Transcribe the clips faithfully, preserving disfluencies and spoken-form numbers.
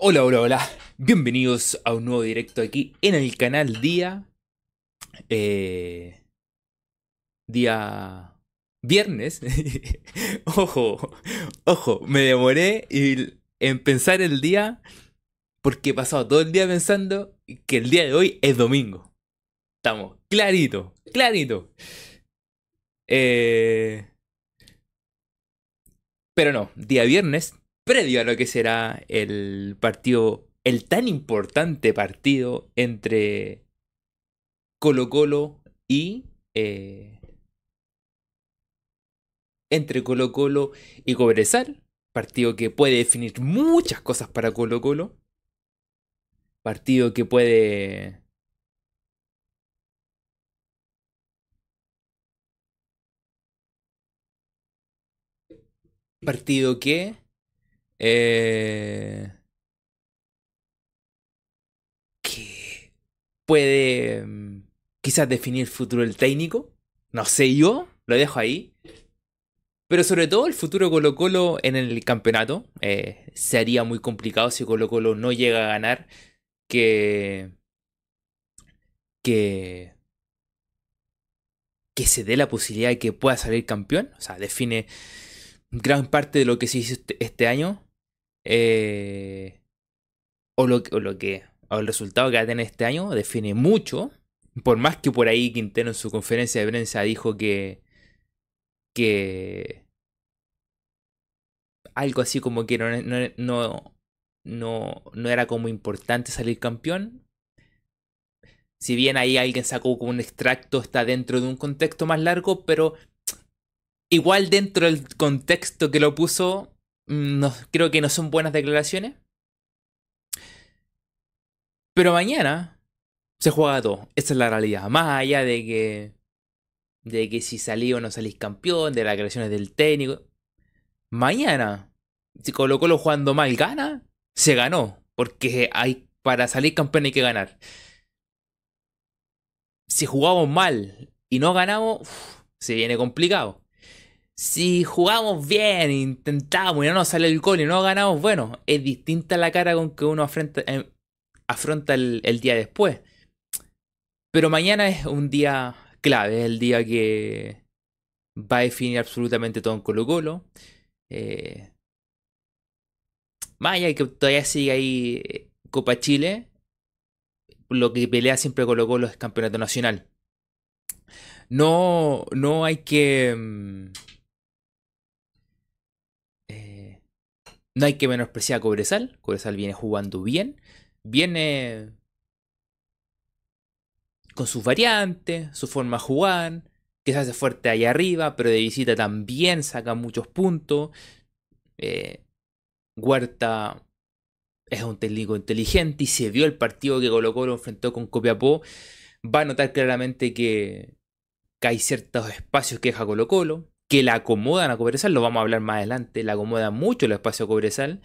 Hola, hola, hola. Bienvenidos a un nuevo directo aquí en el canal día. eh, día viernes. Ojo, ojo, me demoré y- en pensar el día porque he pasado todo el día pensando que el día de hoy es domingo. Estamos clarito, clarito. Eh, pero no, día viernes, previo a lo que será el partido, el tan importante partido entre Colo Colo y eh, entre Colo Colo y Cobresal. Partido que puede definir muchas cosas para Colo Colo. Partido que puede... Partido que... eh, que puede mm, quizás definir el futuro del técnico. No sé yo, lo dejo ahí. Pero sobre todo el futuro de Colo Colo en el campeonato. Eh, sería muy complicado si Colo Colo no llega a ganar. Que... que que se dé la posibilidad de que pueda salir campeón. O sea, define gran parte de lo que se hizo este, este año. eh, o, lo, o lo que. O el resultado que va a tener este año define mucho. Por más que por ahí Quintero en su conferencia de prensa dijo que. que algo así como que no, no, no, no, no era como importante salir campeón. Si bien ahí alguien sacó como un extracto, está dentro de un contexto más largo, pero igual dentro del contexto que lo puso, mm, no, creo que no son buenas declaraciones. Pero mañana se juega todo. Esa es la realidad. Más allá de que, de que si salí o no salís campeón, de las declaraciones del técnico. Mañana, si Colo Colo jugando mal gana, se ganó. Porque hay, para salir campeón hay que ganar. Si jugamos mal y no ganamos, uf, se viene complicado. Si jugamos bien, intentamos y no nos sale el gol y no ganamos, bueno, es distinta la cara con que uno afronta, eh, afronta el, el día después. Pero mañana es un día clave, es el día que va a definir absolutamente todo en Colo Colo. Eh, más allá de que todavía sigue ahí eh, Copa Chile, lo que pelea siempre Colo Colo es campeonato nacional. No, no hay que... mm, eh, no hay que menospreciar a Cobresal. Cobresal viene jugando bien. Viene con sus variantes, su forma de jugar, que se hace fuerte allá arriba, pero de visita también saca muchos puntos. Eh, Huerta es un técnico inteligente y se vio el partido que Colo Colo enfrentó con Copiapó. Va a notar claramente que, que hay ciertos espacios que deja Colo Colo, que la acomodan a Cobresal, lo vamos a hablar más adelante, le acomoda mucho el espacio a Cobresal.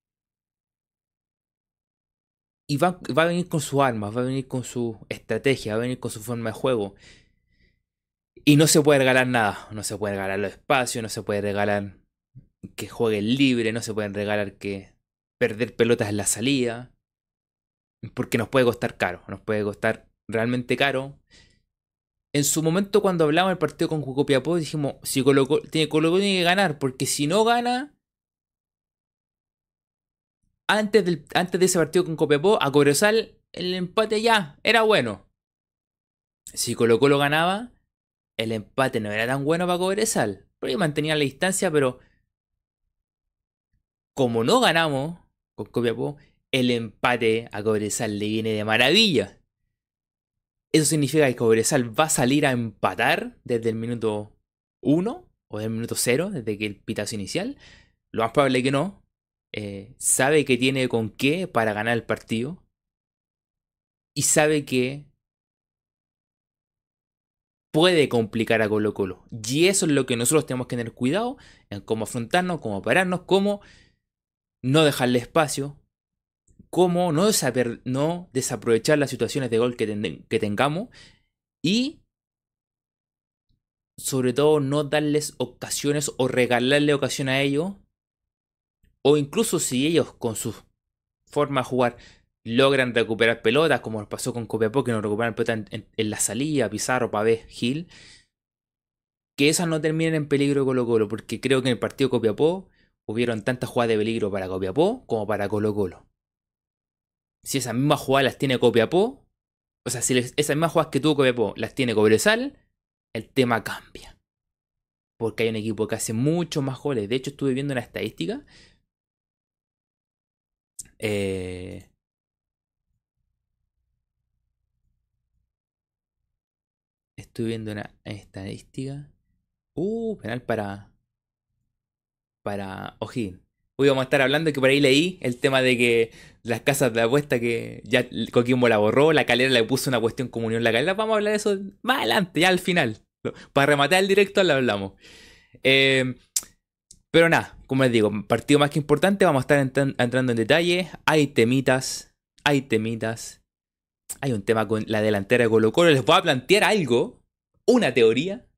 Y va, va a venir con sus armas, va a venir con su estrategia, va a venir con su forma de juego. Y no se puede regalar nada. No se puede regalar los espacios, no se puede regalar que jueguen libre, no se pueden regalar que perder pelotas en la salida. Porque nos puede costar caro, nos puede costar realmente caro. En su momento, cuando hablamos del partido con Copiapó, dijimos: si Colo -Colo, tiene, Colo -Colo tiene que ganar, porque si no gana, antes, del, antes de ese partido con Copiapó, a Cobresal el empate ya era bueno. Si Colo Colo ganaba, el empate no era tan bueno para Cobresal. Porque mantenía la distancia, pero como no ganamos con Copiapó, el empate a Cobresal le viene de maravilla. Eso significa que Cobresal va a salir a empatar desde el minuto uno o desde el minuto cero, desde que el pitazo inicial. Lo más probable es que no. Eh, sabe que tiene con qué para ganar el partido. Y sabe que puede complicar a Colo Colo. Y eso es lo que nosotros tenemos que tener cuidado en cómo afrontarnos, cómo pararnos, cómo no dejarle espacio, cómo no, desaper- no desaprovechar las situaciones de gol que, ten- que tengamos y sobre todo no darles ocasiones o regalarle ocasión a ellos, o incluso si ellos con sus forma de jugar logran recuperar pelotas, como nos pasó con Copiapó, que no recuperaron pelota en, en- en la salida, Pizarro, Pavés, Gil, que esas no terminen en peligro de Colo Colo, porque creo que en el partido de Copiapó hubieron tantas jugadas de peligro para Copiapó como para Colo Colo. Si esas mismas jugadas las tiene Copiapó, o sea, si les- esas mismas jugadas que tuvo Copiapó las tiene Cobresal, el tema cambia. Porque hay un equipo que hace muchos más goles. De hecho, estuve viendo una estadística. eh, Estuve viendo una estadística. Uh, penal para, para O'Higgins. Hoy vamos a estar hablando que por ahí leí el tema de que las casas de apuesta que ya Coquimbo la borró, la Calera le puso una cuestión como Unión La Calera. Vamos a hablar de eso más adelante, ya al final. Para rematar el directo lo hablamos. Eh, pero nada, como les digo, partido más que importante, vamos a estar entran- entrando en detalle. Hay temitas, hay temitas. Hay un tema con la delantera de Colo Colo. Les voy a plantear algo, una teoría.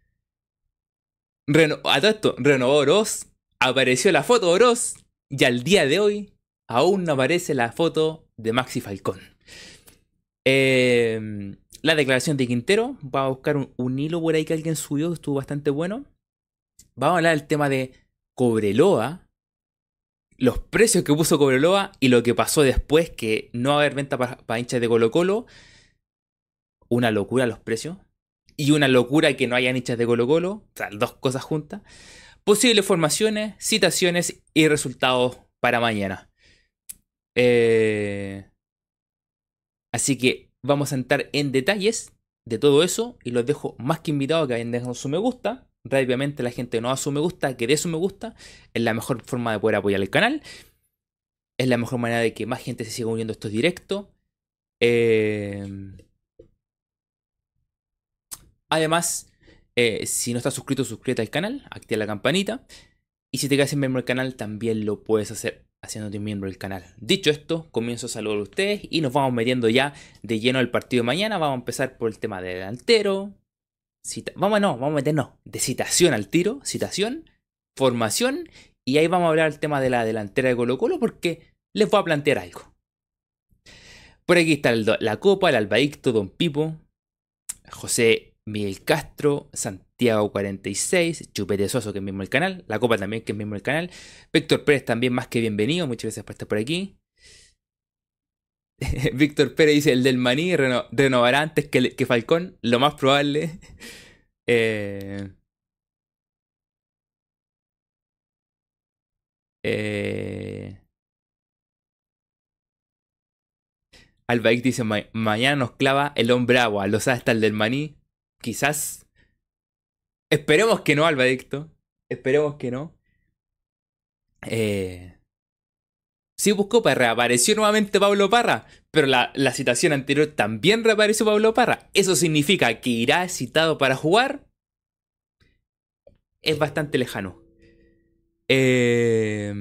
Reno- a todo esto, renovó Oroz, apareció la foto de Oroz y al día de hoy aún no aparece la foto de Maxi Falcón. Eh, la declaración de Quintero, va a buscar un, un hilo por ahí que alguien subió, que estuvo bastante bueno. Vamos a hablar del tema de Cobreloa, los precios que puso Cobreloa y lo que pasó después, que no va a haber venta para, para hinchas de Colo Colo. Una locura los precios. Y una locura que no haya hinchas de Colo Colo. O sea, dos cosas juntas. Posibles formaciones, citaciones y resultados para mañana. Eh, Así que vamos a entrar en detalles de todo eso y los dejo más que invitados a que vayan dejando su me gusta. Rápidamente la gente no da su me gusta, que dé su me gusta. Es la mejor forma de poder apoyar el canal. Es la mejor manera de que más gente se siga uniendo a estos directos. Eh, Además, eh, si no estás suscrito, suscríbete al canal, activa la campanita. Y si te quedas sin miembro del canal, también lo puedes hacer haciéndote miembro del canal. Dicho esto, comienzo a saludar a ustedes y nos vamos metiendo ya de lleno al partido de mañana. Vamos a empezar por el tema de delantero. Cita vamos, no, vamos a meternos de citación al tiro, citación, formación. Y ahí vamos a hablar del tema de la delantera de Colo Colo porque les voy a plantear algo. Por aquí está el la Copa, el Albaicto, Don Pipo, José Miguel Castro, Santiago cuarenta y seis, Chupete Soso, que es miembro del canal, La Copa también, que es miembro del canal, Víctor Pérez también, más que bienvenido, muchas gracias por estar por aquí. Víctor Pérez dice, el del Maní reno renovará antes que, que Falcón, lo más probable. eh, eh, Albaik dice, Ma mañana nos clava el hombre agua, lo sabe hasta el del Maní, quizás. Esperemos que no, Albadicto, esperemos que no. Eh... Sí buscó Parra, reapareció nuevamente Pablo Parra, pero la, la citación anterior también reapareció Pablo Parra. Eso significa que irá citado para jugar. Es bastante lejano. Eh,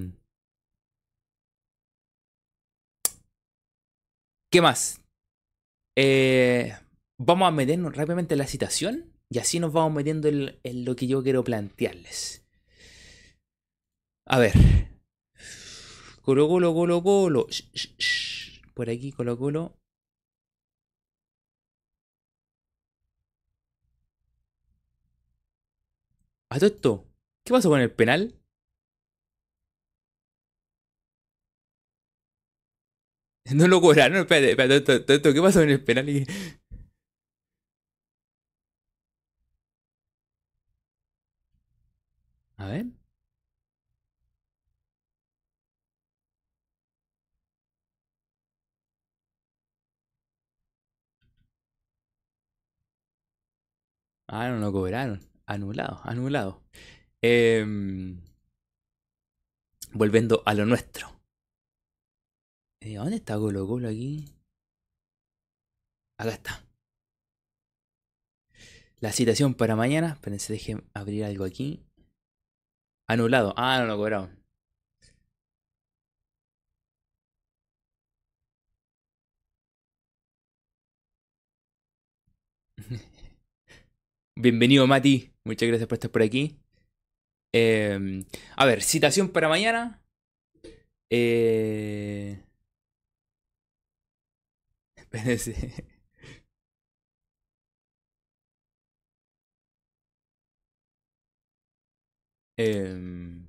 ¿Qué más? Eh, Vamos a meternos rápidamente en la citación y así nos vamos metiendo en, en lo que yo quiero plantearles. A ver. Colo Colo, Colo Colo. Sh, sh, sh. Por aquí, Colo Colo. ¿A todo esto? ¿Qué pasó con el penal? No lo cobraron, espérate, espérate, todo esto, todo esto, ¿qué pasó con el penal? A ver. Ah, no lo cobraron. Anulado, anulado. Em, Volviendo a lo nuestro. Eh, ¿Dónde está Colo Colo aquí? Acá está. La citación para mañana. Espérense, dejen abrir algo aquí. Anulado. Ah, no lo cobraron. Bienvenido, Mati. Muchas gracias por estar por aquí. Em, a ver, citación para mañana. Eh... espérense. Em,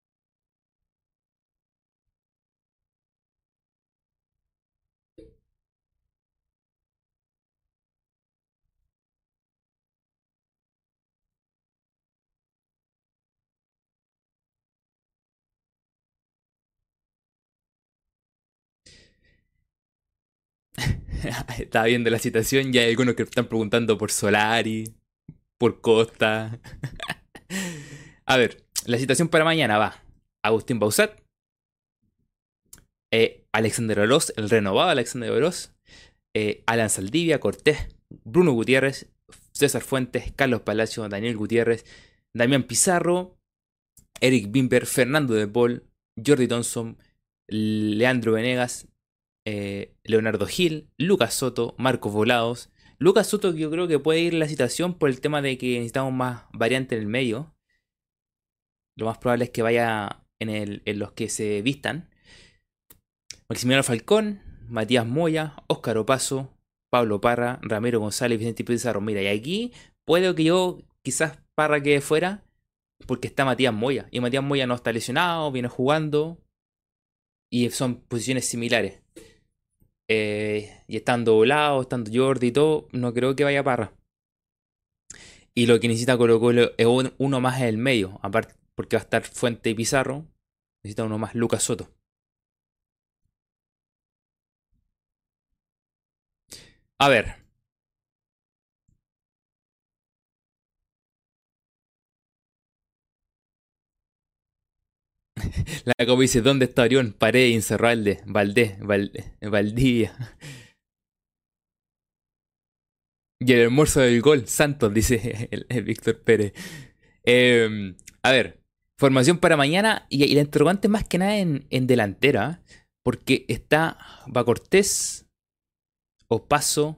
Estaba viendo la citación y hay algunos que están preguntando por Solari, por Costa. A ver, la citación para mañana va. Agustín Bausat, eh, Alexander Oroz, el renovado Alexander Oroz, eh, Alan Saldivia, Cortés, Bruno Gutiérrez, César Fuentes, Carlos Palacio, Daniel Gutiérrez, Damián Pizarro, Eric Bimber, Fernando de Paul, Jordi Thompson, Leandro Venegas, eh, Leonardo Gil, Lucas Soto, Marcos Volados. Lucas Soto, que yo creo que puede ir en la citación por el tema de que necesitamos más variante en el medio. Lo más probable es que vaya en, el, en los que se vistan. Maximiliano Falcón, Matías Moya, Óscar Opaso, Pablo Parra, Ramiro González, Vicente Pizarro. Mira, y aquí puedo que yo quizás Parra quede fuera porque está Matías Moya. Y Matías Moya no está lesionado, viene jugando. Y son posiciones similares. Eh, y estando Volado, estando Jordi y todo, no creo que vaya Parra. Y lo que necesita Colo Colo es un- uno más en el medio. Aparte, porque va a estar Fuente y Pizarro. Necesita uno más, Lucas Soto. A ver, la Copa dice, ¿dónde está Orión? Paredes, Incerralde, Valdés, Val- Valdivia. Y el almuerzo del gol, Santos, dice el, el Víctor Pérez. Eh, a ver, formación para mañana y, y la interrogante más que nada en, en delantera, porque está va Cortés, Opaso,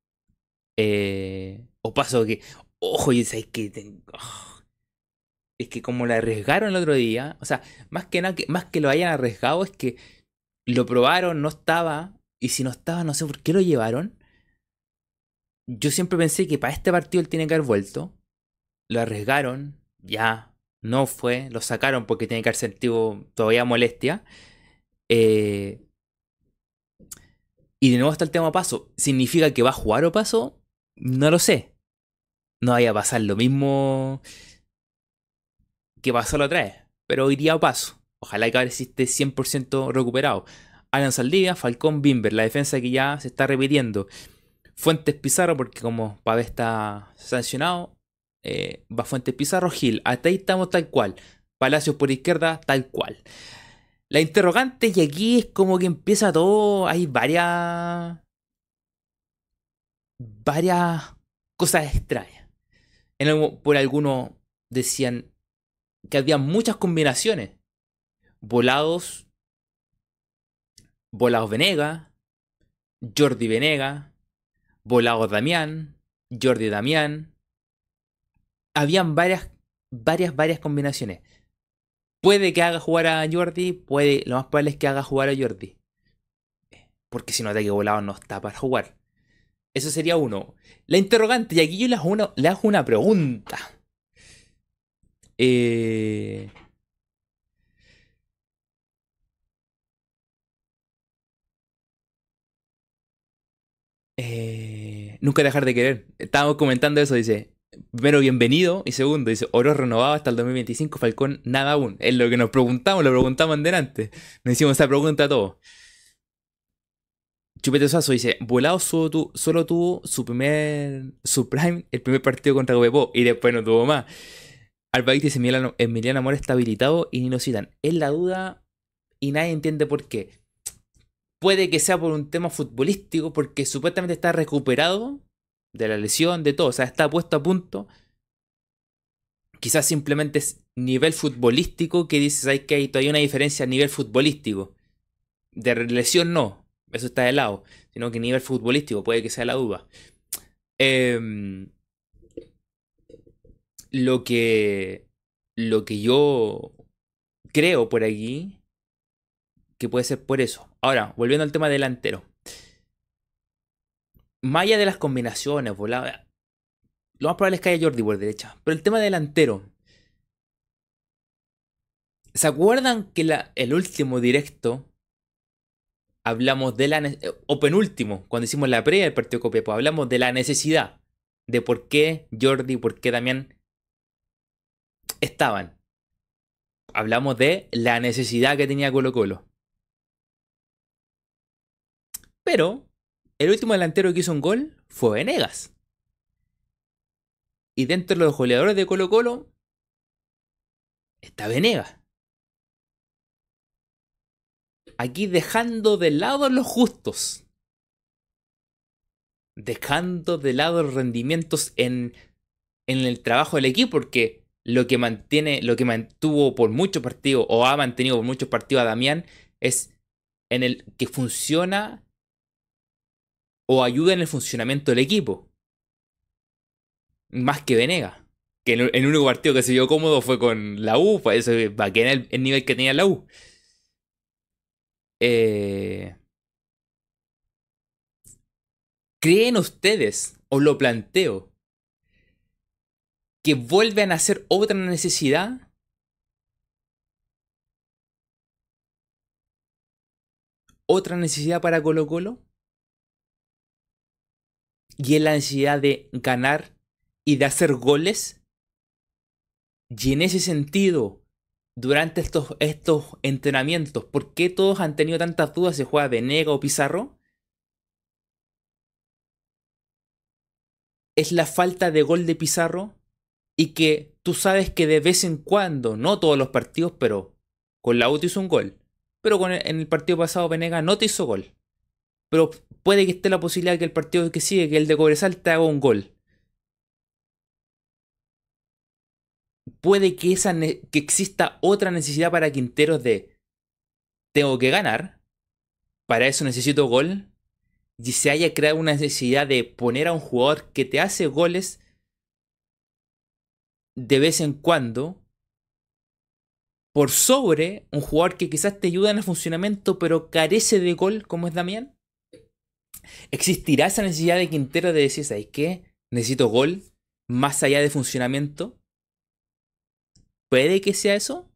eh, Opaso que, ojo, y es que, ten- oh, es que como la arriesgaron el otro día, o sea, más que nada, que, más que lo hayan arriesgado es que lo probaron, no estaba, y si no estaba, no sé por qué lo llevaron. Yo siempre pensé que para este partido él tiene que haber vuelto. Lo arriesgaron, ya no fue, lo sacaron porque tiene que haber sentido todavía molestia. Eh, y de nuevo está el tema Paso. ¿Significa que va a jugar o Paso? No lo sé. No vaya a pasar lo mismo que pasó la otra vez. Pero hoy día Paso. Ojalá que ahora sí esté cien por ciento recuperado. Alan Saldivia, Falcón, Bimber. La defensa que ya se está repitiendo. Fuentes Pizarro, porque como Pave está sancionado, eh, va Fuentes Pizarro, Gil. Hasta ahí estamos tal cual. Palacios por izquierda, tal cual. La interrogante, y aquí es como que empieza todo. Hay varias. Varias cosas extrañas. En algo- por algunos decían que había muchas combinaciones. Volados, Volados Venega, Jordi Venega, Volados Damián, Jordi Damián. Habían varias, varias, varias combinaciones. Puede que haga jugar a Jordi, puede, lo más probable es que haga jugar a Jordi. Porque si no te que volado no está para jugar. Eso sería uno. La interrogante, y aquí yo le hago una, le hago una pregunta. Eh, eh, nunca dejar de querer. Estábamos comentando eso, dice. Primero, bienvenido. Y segundo, dice, oro renovado hasta el dos mil veinticinco, Falcón, nada aún. Es lo que nos preguntamos, lo preguntamos en delante. Nos hicimos esa pregunta a todos. Chupete Suazo dice, Volado solo, tu- solo tuvo su primer, su prime, el primer partido contra Copiapó y después no tuvo más. Albaite dice, Emiliano, Emiliano Amor está habilitado y ni lo citan. Es la duda y nadie entiende por qué. Puede que sea por un tema futbolístico, porque supuestamente está recuperado de la lesión, de todo, o sea, está puesto a punto. Quizás simplemente es nivel futbolístico que dices, hay que hay todavía una diferencia a nivel futbolístico. De lesión no, eso está de lado, sino que nivel futbolístico puede que sea la duda. Em, lo que lo que yo creo por aquí que puede ser por eso. Ahora, volviendo al tema delantero. Más allá de las combinaciones, volada, lo más probable es que haya Jordi por derecha. Pero el tema delantero. ¿Se acuerdan que la, el último directo hablamos de la... o penúltimo, cuando hicimos la previa del partido de Copiapó, hablamos de la necesidad de por qué Jordi y por qué Damián estaban? Hablamos de la necesidad que tenía Colo Colo. Pero el último delantero que hizo un gol fue Venegas. Y dentro de los goleadores de Colo Colo está Venegas. Aquí dejando de lado los justos. Dejando de lado los rendimientos en, en el trabajo del equipo. Porque lo que mantiene, lo que mantuvo por muchos partidos, o ha mantenido por muchos partidos a Damián, es en el que funciona o ayuda en el funcionamiento del equipo. Más que Venegas. Que el, el único partido que se vio cómodo fue con la U. Pues eso, para que era el, el nivel que tenía la U. Eh, ¿Creen ustedes, o lo planteo, que vuelven a ser otra necesidad? ¿Otra necesidad para Colo Colo? Y es la necesidad de ganar y de hacer goles. Y en ese sentido, durante estos, estos entrenamientos, ¿por qué todos han tenido tantas dudas si juega Venega o Pizarro? Es la falta de gol de Pizarro, y que tú sabes que de vez en cuando, no todos los partidos, pero con la U te hizo un gol. Pero con el, en el partido pasado Venega no te hizo gol. Pero puede que esté la posibilidad de que el partido que sigue, que el de Cobresal, te haga un gol. Puede que, esa que exista otra necesidad para Quinteros de tengo que ganar, para eso necesito gol, y se haya creado una necesidad de poner a un jugador que te hace goles de vez en cuando, por sobre un jugador que quizás te ayuda en el funcionamiento, pero carece de gol, como es Damián. ¿Existirá esa necesidad de Quintero de decir, ¿sabes qué? Necesito gol, más allá de funcionamiento? ¿Puede que sea eso?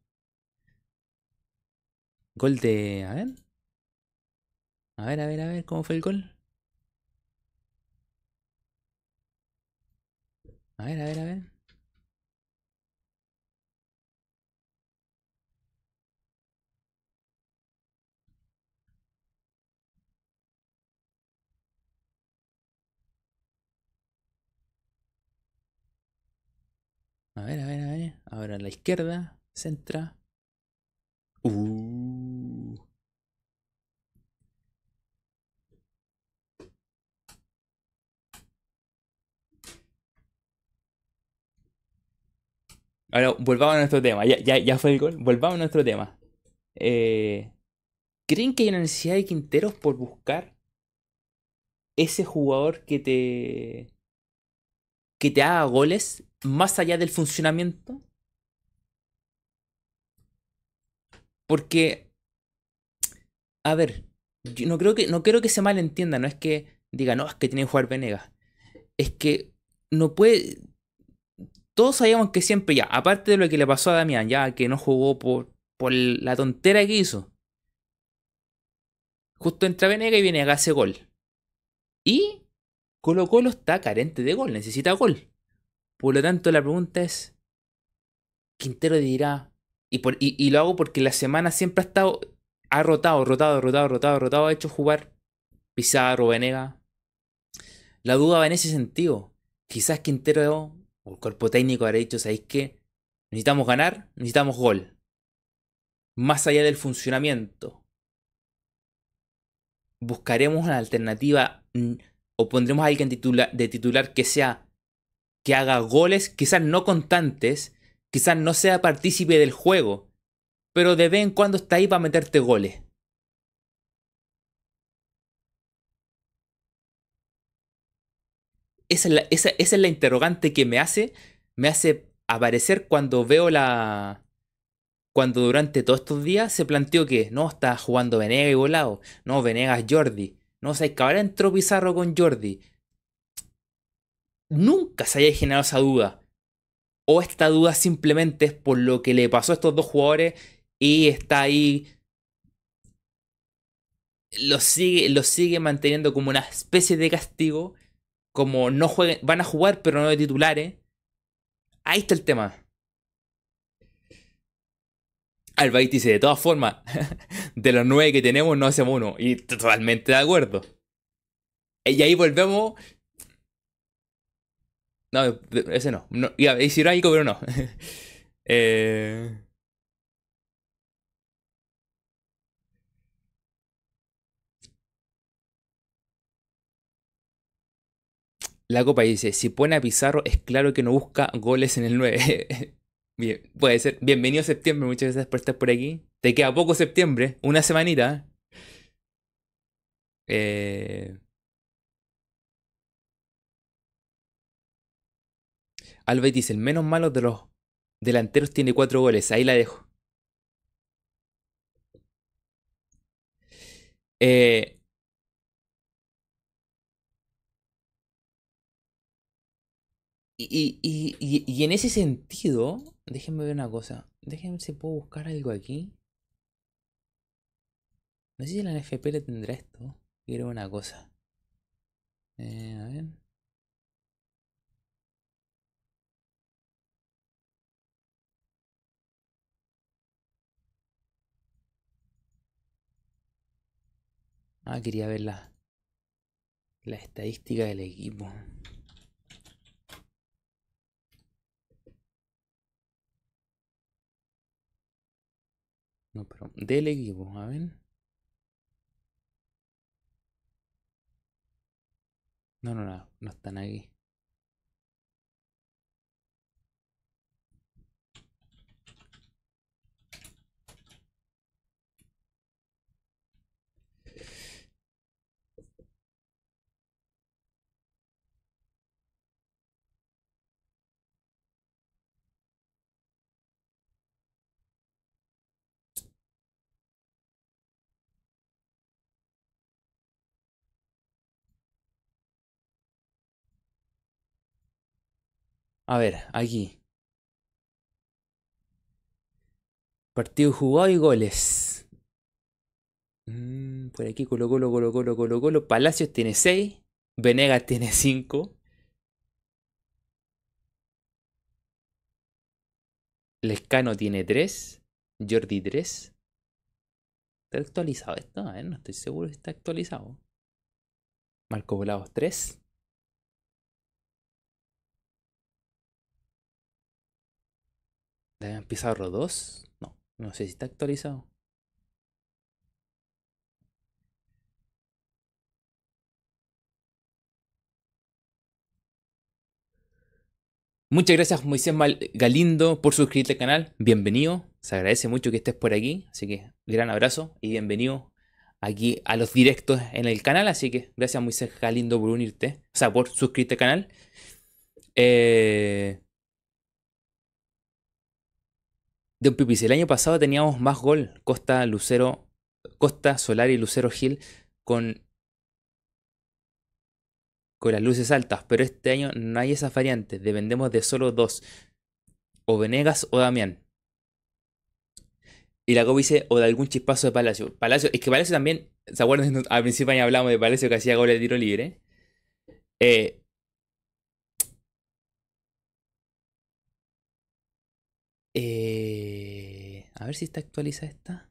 Gol de... A ver. A ver, a ver, a ver, ¿cómo fue el gol? A ver, a ver, a ver. A ver, a ver, a ver. Ahora a la izquierda, centra. Uh. Ahora, volvamos a nuestro tema. Ya, ya, ya fue el gol. Volvamos a nuestro tema. Eh, ¿Creen que hay una necesidad de Quinteros por buscar ese jugador que te, que te haga goles más allá del funcionamiento? Porque, a ver, yo no creo que, no creo que se malentienda. No es que diga, no, es que tiene que jugar Venegas. Es que no puede. Todos sabíamos que siempre ya, aparte de lo que le pasó a Damián, ya que no jugó por, por la tontera que hizo. Justo entra Venega y Venega hace gol. Y Colo Colo está carente de gol, necesita gol. Por lo tanto, la pregunta es, Quintero dirá, y, por, y, y lo hago porque la semana siempre ha estado, ha rotado, rotado, rotado, rotado, rotado, ha hecho jugar Pizarro, Venega. La duda va en ese sentido. Quizás Quintero o el cuerpo técnico habrá dicho, ¿sabéis qué? Necesitamos ganar, necesitamos gol. Más allá del funcionamiento, buscaremos una alternativa, mm, o pondremos a alguien titula- de titular que sea, que haga goles, quizás no constantes, quizás no sea partícipe del juego, pero de vez en cuando está ahí para meterte goles. Esa es la, esa, esa es la interrogante que me hace, me hace aparecer cuando veo la, Cuando durante todos estos días se planteó que no, está jugando Venegas y Volado, no, Venegas Jordi, no, o sea, que ahora entró Pizarro con Jordi. Nunca se haya generado esa duda. O esta duda simplemente es por lo que le pasó a estos dos jugadores y está ahí, lo sigue, lo sigue manteniendo como una especie de castigo, como no jueguen, van a jugar pero no de titulares. Ahí está el tema. Albaiti dice, de todas formas, de los nueve que tenemos no hacemos uno. Y totalmente de acuerdo. Y ahí volvemos. No, ese no. no iba a decir algo, pero no. eh, la copa dice, si pone a Pizarro es claro que no busca goles en el nueve. Bien, puede ser. Bienvenido a septiembre, muchas gracias por estar por aquí. Te queda poco septiembre, una semanita. Eh, Albert dice, el menos malo de los delanteros tiene cuatro goles. Ahí la dejo. Eh, y, y, y, y en ese sentido, déjenme ver una cosa. Déjenme ver si puedo buscar algo aquí. No sé si la N F P le tendrá esto. Quiero una cosa. Eh, a ver. Ah, quería ver la, la estadística del equipo. No, pero del equipo, a ver. No, no, no, no están aquí. A ver, aquí. Partido jugado y goles. Mm, por aquí Colo Colo, Colo Colo, Colo Colo. Palacios tiene seis. Venegas tiene cinco. Lescano tiene tres. Jordi tres. ¿Está actualizado esto? A ver, no estoy seguro si está actualizado. Marco Volados tres. Damián Pizarro dos. No, no sé si está actualizado. Muchas gracias Moisés Galindo por suscribirte al canal. Bienvenido. Se agradece mucho que estés por aquí. Así que gran abrazo y bienvenido aquí a los directos en el canal. Así que gracias Moisés Galindo por unirte. O sea, por suscribirte al canal. Eh, de un pipis. El año pasado teníamos más gol. Costa, Lucero, Costa, Solari y Lucero Gil con, con las luces altas. Pero este año no hay esas variantes. Dependemos de solo dos. O Venegas o Damián. Y la Copa dice, o de algún chispazo de Palacio. Palacio, es que Palacio también, ¿se acuerdan? Al principio ya hablamos de Palacio que hacía goles de tiro libre. Eh, eh, a ver si está actualizada esta.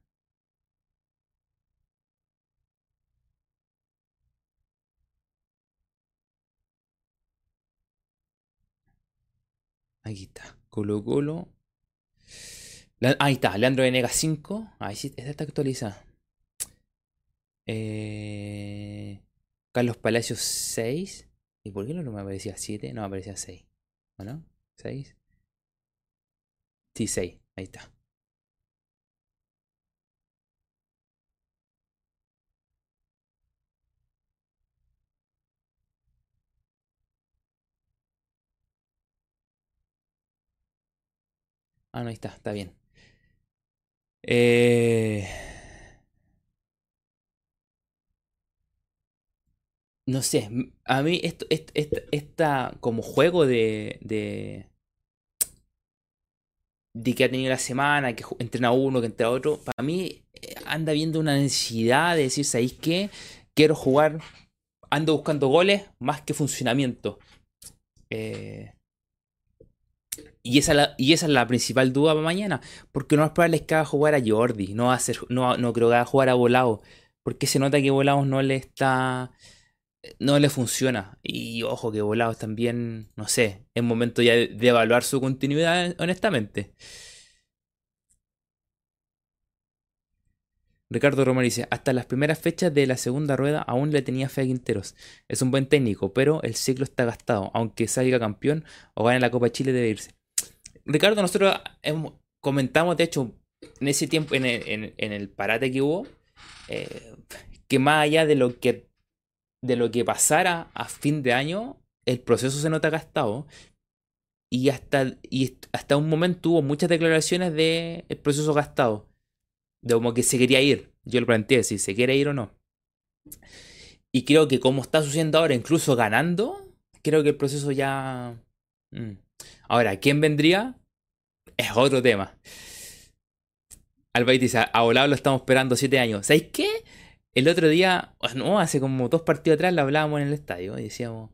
Aquí está. Colo Colo. La- ahí está, Leandro Venegas cinco. Ahí sí, esta está actualizada. Eh, Carlos Palacios seis. ¿Y por qué no me aparecía siete? No, me aparecía seis. ¿O no? ¿seis? Sí, seis. Ahí está. Ah, no, ahí está, está bien. Eh, no sé, m- a mí esto, est- est- esta como juego de, de, de que ha tenido la semana, que ju- entrena uno, que entrena otro, para mí eh, anda viendo una necesidad de decir, ¿sabéis qué? Quiero jugar, ando buscando goles más que funcionamiento. Eh, y, esa es la, y esa es la principal duda para mañana, porque lo más probable es que haga jugar a Jordi, no, va a hacer, no, no creo que haga jugar a Volado, porque se nota que Volados no le está no le funciona. Y ojo que Volados también, no sé, es momento ya de, de evaluar su continuidad, honestamente. Ricardo Romero dice, hasta las primeras fechas de la segunda rueda aún le tenía fe a Quinteros. Es un buen técnico, pero el ciclo está gastado. Aunque salga campeón o gane la Copa Chile debe irse. Ricardo, nosotros hemos- comentamos, de hecho, en ese tiempo, en el, en- en el parate que hubo, eh, que más allá de lo que, de lo que pasara a fin de año, el proceso se nota gastado. Y hasta, y hasta un momento hubo muchas declaraciones de el proceso gastado, de como que se quería ir. Yo lo planteé, si se quiere ir o no. Y creo que como está sucediendo ahora, incluso ganando, creo que el proceso ya... mm. Ahora, ¿quién vendría? Es otro tema. Albaid dice, a Volado lo estamos esperando siete años. ¿Sabéis qué? El otro día, no, hace como dos partidos atrás, lo hablábamos en el estadio y decíamos,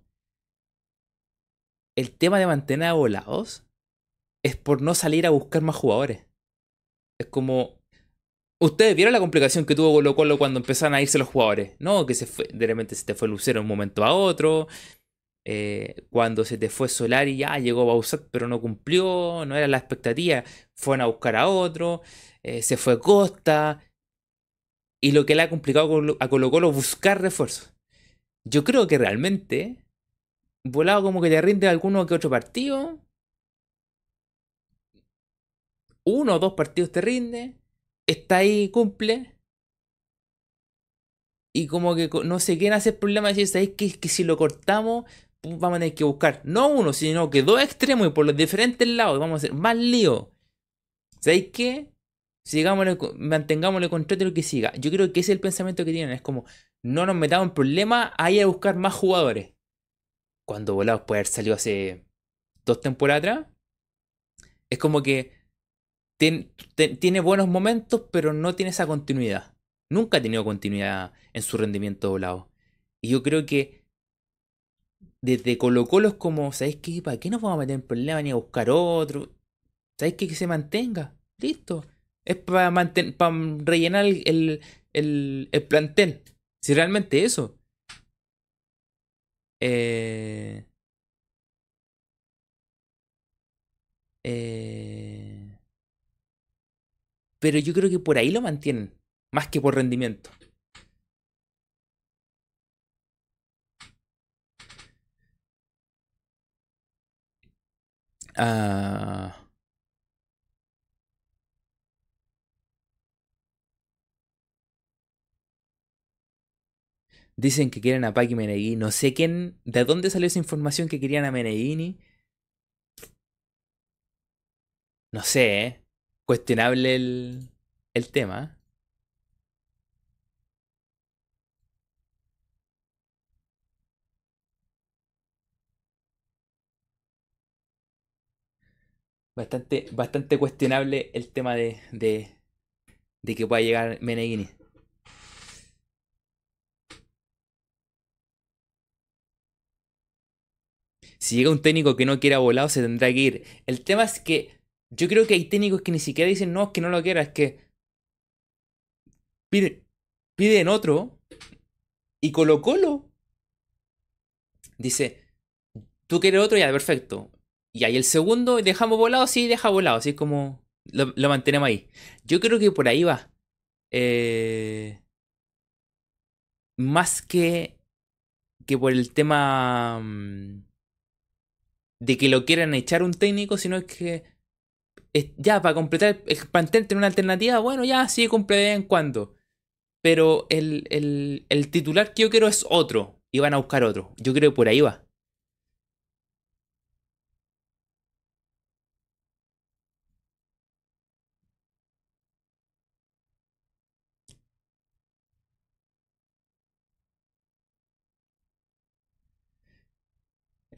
el tema de mantener a Volados es por no salir a buscar más jugadores. Es como, ustedes vieron la complicación que tuvo Colo Colo cuando empezaron a irse los jugadores, ¿no? Que se fue, de repente se te fue Lucero de un momento a otro, eh, cuando se te fue Solari ya llegó Bausat pero no cumplió, no era la expectativa, fueron a buscar a otro, eh, se fue Costa, y lo que le ha complicado a Colo Colo buscar refuerzos. Yo creo que realmente, volado como que te rinde alguno que otro partido, uno o dos partidos te rinde, está ahí, cumple, y como que no se quieren hacer problema de decir, ¿sabéis que, que si lo cortamos pues vamos a tener que buscar no uno, sino que dos extremos y por los diferentes lados vamos a hacer más lío? ¿Sabéis qué? Sigámosle, mantengámosle contrato y lo que siga. Yo creo que ese es el pensamiento que tienen. Es como, no nos metamos en problemas, hay a buscar más jugadores. Cuando Volados puede haber salido hace dos temporadas atrás, es como que ten- ten- tiene buenos momentos, pero no tiene esa continuidad. Nunca ha tenido continuidad en su rendimiento Volado. Y yo creo que desde Colo Colo es como, ¿sabéis qué? ¿Para qué nos vamos a meter en problemas ni a buscar otro? ¿Sabéis qué? Que se mantenga. Listo. Es para manten para rellenar el, el, el- el plantel. Si realmente eso. Eh, eh, pero yo creo que por ahí lo mantienen. Más que por rendimiento. Ah, dicen que quieren a Paqui Meneghini. No sé quién. ¿De dónde salió esa información que querían a Meneghini? No sé, ¿eh? Cuestionable el, el tema. Bastante, bastante cuestionable el tema de, de, de que pueda llegar Meneghini. Si llega un técnico que no quiera volado, se tendrá que ir. El tema es que yo creo que hay técnicos que ni siquiera dicen no, es que no lo quiera, es que piden, piden otro y Colo Colo dice, tú quieres otro, ya, perfecto. Y ahí el segundo, dejamos volado, sí, deja volado, así como lo, lo mantenemos ahí. Yo creo que por ahí va. Eh, más que, que por el tema mm, de que lo quieran echar un técnico, sino es que es- ya para completar el plantel tener una alternativa, bueno, ya sí cumple de vez en cuando. Pero el, el, el titular que yo quiero es otro. Y van a buscar otro. Yo creo que por ahí va.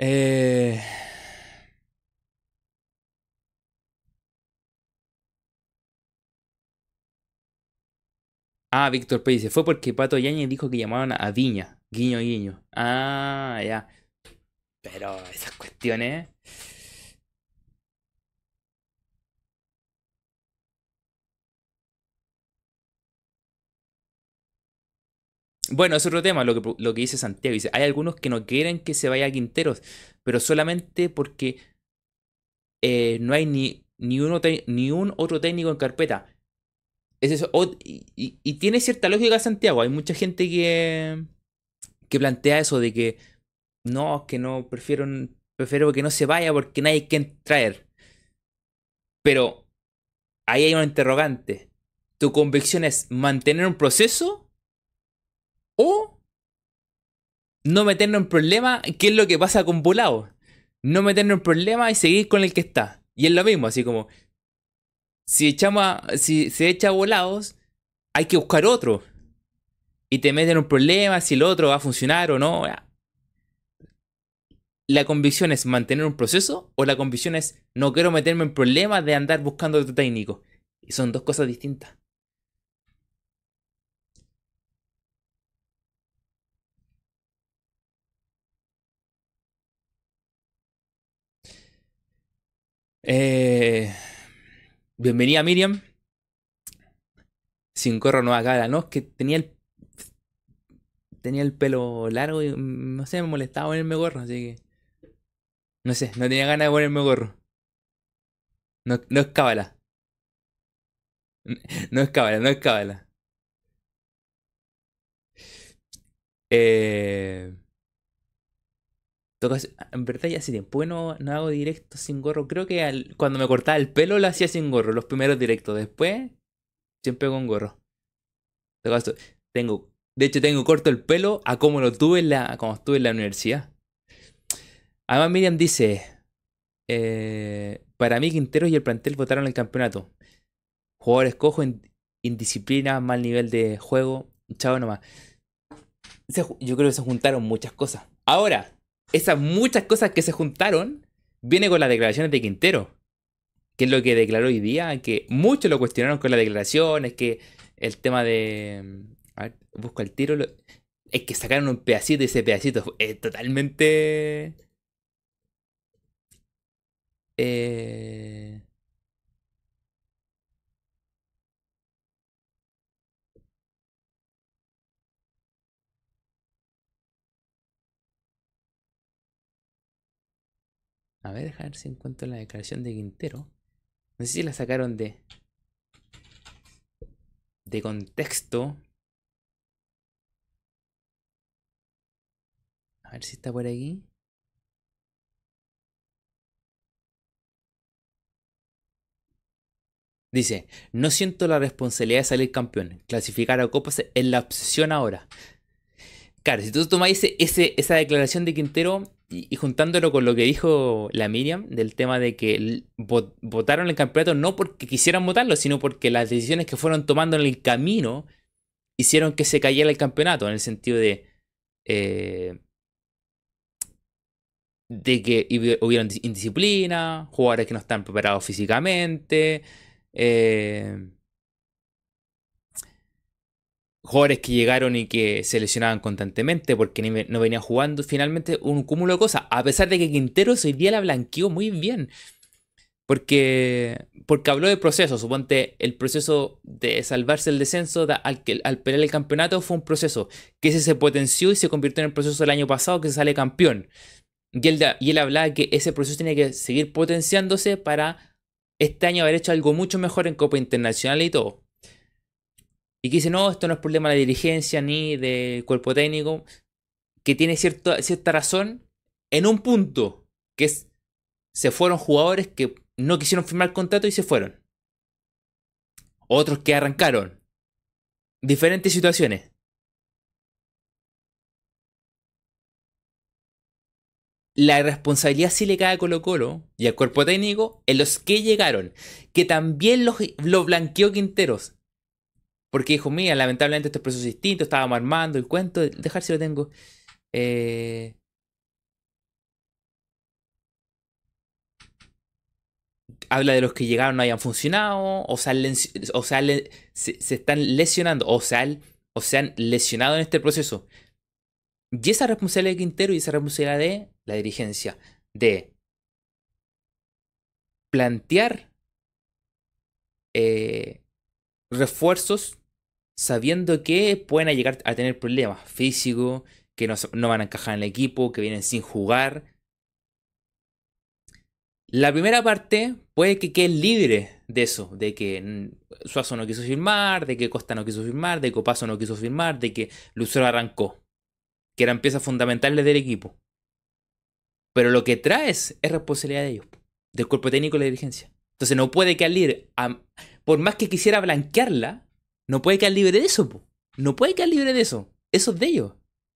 Eh... Ah, Víctor Pérez dice, fue porque Pato Yañez dijo que llamaban a Viña. Guiño, guiño. Ah, ya. Pero esas cuestiones. Bueno, es otro tema, lo que, lo que dice Santiago. Dice, hay algunos que no quieren que se vaya a Quinteros, pero solamente porque eh, no hay ni, ni, uno te- ni un otro técnico en carpeta. Es eso. O- y, y- y tiene cierta lógica Santiago. Hay mucha gente que, que plantea eso de que no, que no, prefiero, prefiero que no se vaya porque no hay quien traer. Pero ahí hay una interrogante. ¿Tu convicción es mantener un proceso o no meternos en problemas? ¿Qué es lo que pasa con Volado? No meternos en problemas y seguir con el que está. Y es lo mismo, así como si echamos a- si se echa Volados, hay que buscar otro. Y te meten en un problema si el otro va a funcionar o no. ¿La convicción es mantener un proceso o la convicción es no quiero meterme en problemas de andar buscando otro técnico? Y son dos cosas distintas. Eh, bienvenida Miriam. Sin gorro no cara. No, es que tenía el, tenía el pelo largo y mm, no sé, me molestaba ponerme gorro, así que no sé, no tenía ganas de ponerme gorro. No, no es cábala. No es cábala, no es cábala. Eh, tocas- en verdad ya hace tiempo que no, no hago directos sin gorro. Creo que al- cuando me cortaba el pelo lo hacía sin gorro, los primeros directos. Después, siempre con gorro. Todo caso, tengo, de hecho, tengo corto el pelo a como lo tuve en la, cuando estuve en la universidad. Además, Miriam dice, eh, para mí Quinteros y el plantel votaron el campeonato. Jugadores cojo, in- indisciplina, mal nivel de juego. Chao nomás. Se ju- yo creo que se juntaron muchas cosas. Ahora, esas muchas cosas que se juntaron, viene con las declaraciones de Quintero, que es lo que declaró hoy día, que muchos lo cuestionaron con las declaraciones, que el tema de... A ver, busco el tiro. lo- Es que sacaron un pedacito y ese pedacito es totalmente... eh, A ver, dejar ver si encuentro la declaración de Quintero. No sé si la sacaron de, de contexto. A ver si está por aquí. Dice, no siento la responsabilidad de salir campeón. Clasificar a copas es la obsesión ahora. Claro, si tú tomas ese, ese- esa declaración de Quintero y, y juntándolo con lo que dijo la Miriam del tema de que l- vo- votaron el campeonato no porque quisieran votarlo, sino porque las decisiones que fueron tomando en el camino hicieron que se cayera el campeonato, en el sentido de, eh, de que hubi- hubieron dis- indisciplina, jugadores que no están preparados físicamente, eh, jugadores que llegaron y que se lesionaban constantemente porque ni- no venían jugando. Finalmente, un cúmulo de cosas. A pesar de que Quinteros hoy día la blanqueó muy bien. Porque, porque habló de proceso. Suponte, el proceso de salvarse el descenso da- al, que- al pelear el campeonato fue un proceso que ese se potenció y se convirtió en el proceso del año pasado que se sale campeón. Y él, da- y él hablaba que ese proceso tenía que seguir potenciándose para este año haber hecho algo mucho mejor en Copa Internacional y todo. Y que dice, no, esto no es problema de la dirigencia ni del cuerpo técnico, que tiene cierta, cierta razón en un punto, que es, se fueron jugadores que no quisieron firmar contrato y se fueron. Otros que arrancaron. Diferentes situaciones. La responsabilidad sí le cae a Colo Colo y al cuerpo técnico en los que llegaron, que también los, lo blanqueó Quinteros. Porque dijo, mira, lamentablemente este proceso es distinto, estábamos armando el cuento, dejar si lo tengo. Eh, habla de los que llegaron no hayan funcionado, o sea, o sea se, se, están lesionando, o sea, o se han lesionado en este proceso. Y esa responsabilidad de Quintero y esa responsabilidad de la dirigencia, de plantear eh, refuerzos sabiendo que pueden llegar a tener problemas físicos, que no, no van a encajar en el equipo, que vienen sin jugar. La primera parte puede que quede libre de eso, de que Suazo no quiso firmar, de que Costa no quiso firmar, de que Opaso no quiso firmar, de que Lucero arrancó, que eran piezas fundamentales del equipo. Pero lo que traes es responsabilidad de ellos, del cuerpo técnico y la dirigencia. Entonces no puede quedar libre, a, por más que quisiera blanquearla, no puede quedar libre de eso, po. No puede quedar libre de eso. Eso es de ellos.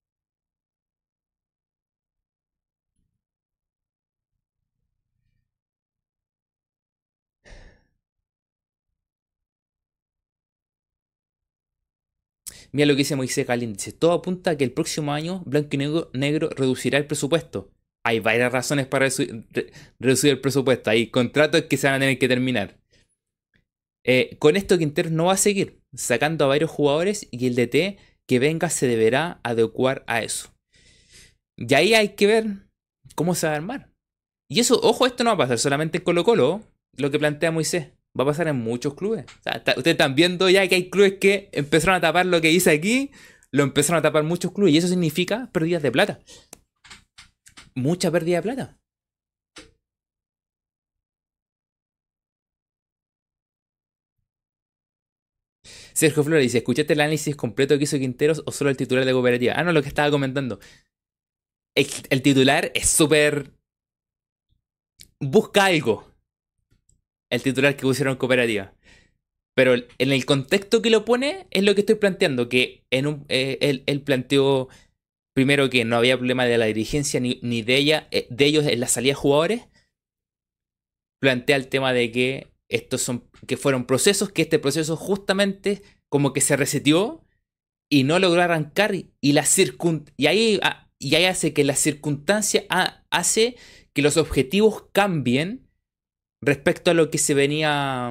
Mira lo que dice Moisés Galín. Dice, todo apunta a que el próximo año Blanco y Negro, negro reducirá el presupuesto. Hay varias razones para resu re reducir el presupuesto. Hay contratos que se van a tener que terminar. Eh, con esto Quinteros no va a seguir sacando a varios jugadores y el D T que venga se deberá adecuar a eso. Y ahí hay que ver cómo se va a armar. Y eso, ojo, esto no va a pasar solamente en Colo Colo, lo que plantea Moisés. Va a pasar en muchos clubes. O sea, ustedes están viendo ya que hay clubes que empezaron a tapar lo que dice aquí, lo empezaron a tapar muchos clubes. Y eso significa pérdidas de plata. Mucha pérdida de plata. Sergio Flores dice, ¿escuchaste el análisis completo que hizo Quinteros o solo el titular de Cooperativa? Ah, no, lo que estaba comentando. El, el titular es súper... Busca algo. El titular que pusieron Cooperativa. Pero en el contexto que lo pone es lo que estoy planteando, que en un, eh, él, él, planteó primero que no había problema de la dirigencia ni, ni de ella, eh, de ellos en la salida de jugadores. Plantea el tema de que estos son, que fueron procesos, que este proceso justamente como que se reseteó y no logró arrancar y la circun, y ahí, y ahí hace que la circunstancia hace que los objetivos cambien respecto a lo que se venía...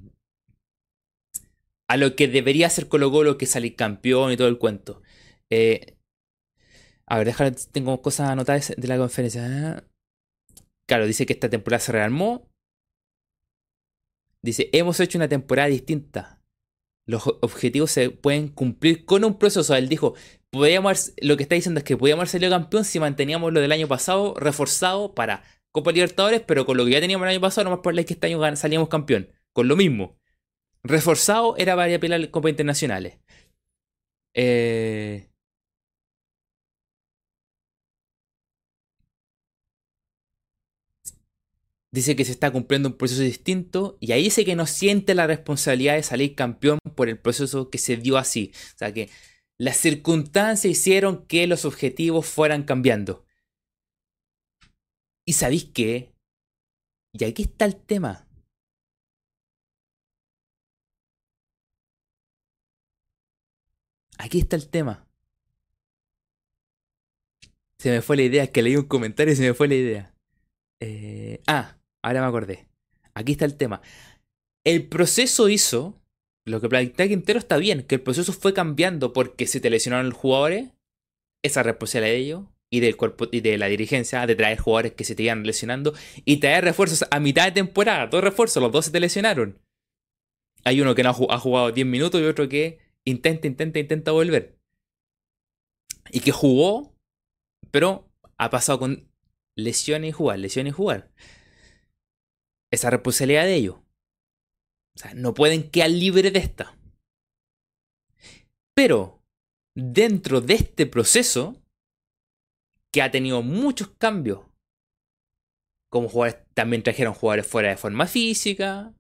a lo que debería ser Colo Colo, que salir campeón y todo el cuento. Eh, a ver, déjame, tengo cosas anotadas de la conferencia. Claro, dice que esta temporada se rearmó. Dice, hemos hecho una temporada distinta. Los objetivos se pueden cumplir con un proceso. Él dijo, podíamos, lo que está diciendo es que podíamos haber salido campeón si manteníamos lo del año pasado reforzado para Copa Libertadores, pero con lo que ya teníamos el año pasado, nomás por la que este año salíamos campeón. Con lo mismo. Reforzado era para pelear Copas Internacionales. Eh... Dice que se está cumpliendo un proceso distinto y ahí dice que no siente la responsabilidad de salir campeón por el proceso que se dio así. O sea que las circunstancias hicieron que los objetivos fueran cambiando. ¿Y sabéis qué? Y aquí está el tema. Aquí está el tema. Se me fue la idea, es que leí un comentario y se me fue la idea. Eh... Ah, ahora me acordé. Aquí está el tema. El proceso hizo, lo que plantea Quintero está bien, que el proceso fue cambiando porque se te lesionaron los jugadores, esa responsabilidad de ellos, y del cuerpo y de la dirigencia, de traer jugadores que se te iban lesionando, y traer refuerzos a mitad de temporada, dos refuerzos, los dos se te lesionaron. Hay uno que no ha jugado diez minutos y otro que intenta, intenta, intenta volver. Y que jugó, pero ha pasado con lesiones y jugar, lesiones y jugar. Esa responsabilidad de ellos. O sea, no pueden quedar libres de esta. Pero, dentro de este proceso, que ha tenido muchos cambios, como jugadores, también trajeron jugadores fuera de forma física,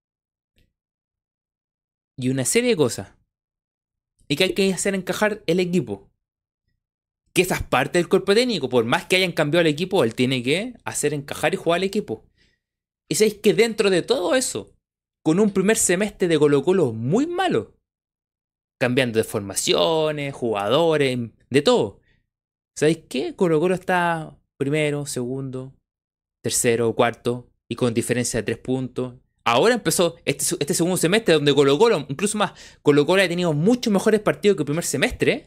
y una serie de cosas. Y que hay que hacer encajar el equipo. Que esa es parte del cuerpo técnico. Por más que hayan cambiado el equipo, él tiene que hacer encajar y jugar el equipo. Y sabéis que dentro de todo eso, con un primer semestre de Colo Colo muy malo, cambiando de formaciones, jugadores, de todo. ¿Sabéis qué? Colo Colo está primero, segundo, tercero, cuarto. y con diferencia de tres puntos. Ahora empezó este, este segundo semestre donde Colo Colo, incluso más, Colo Colo ha tenido muchos mejores partidos que el primer semestre.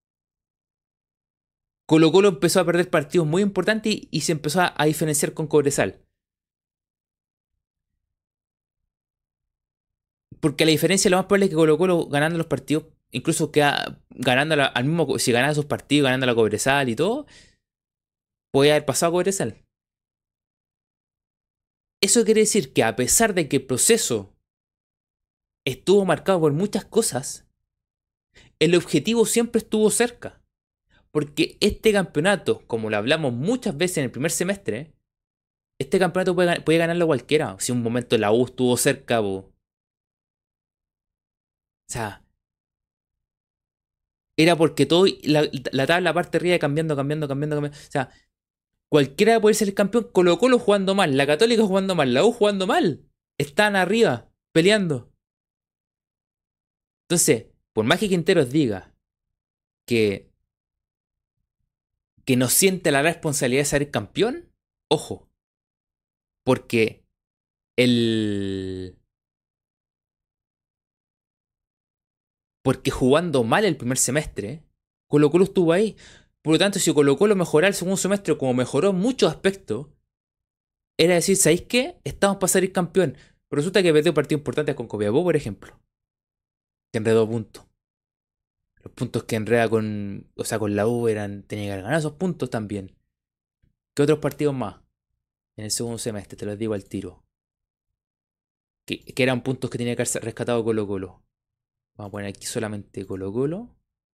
Colo Colo empezó a perder partidos muy importantes y, y se empezó a, a diferenciar con Cobresal. Porque la diferencia lo más probable es que Colo Colo ganando los partidos, incluso que ganando la, al mismo, si ganaba esos partidos, ganando la Cobresal y todo, puede haber pasado a Cobresal. Eso quiere decir que a pesar de que el proceso estuvo marcado por muchas cosas, el objetivo siempre estuvo cerca. Porque este campeonato, como lo hablamos muchas veces en el primer semestre, este campeonato puede, puede ganarlo cualquiera. Si un momento la U estuvo cerca, po. O sea, era porque todo, la, la tabla parte arriba cambiando, cambiando, cambiando, cambiando. O sea, cualquiera puede ser el campeón. Colo Colo jugando mal, la Católica jugando mal, la U jugando mal. Están arriba, peleando. Entonces, por más que Quinteros diga que, que no siente la responsabilidad de ser campeón, ojo, porque el... Porque jugando mal el primer semestre, Colo Colo estuvo ahí. Por lo tanto, si Colo Colo mejorara el segundo semestre como mejoró en muchos aspectos, era decir, ¿sabéis qué? Estamos para salir campeón. Pero resulta que perdió partidos importantes con Copiapó, por ejemplo. Que enredó puntos. Los puntos que enreda con. O sea, con la U eran. Tenía que ganar esos puntos también. ¿Qué otros partidos más? En el segundo semestre, te los digo al tiro. Que, que eran puntos que tenía que haber rescatado Colo Colo. Vamos a poner aquí solamente Colo Colo.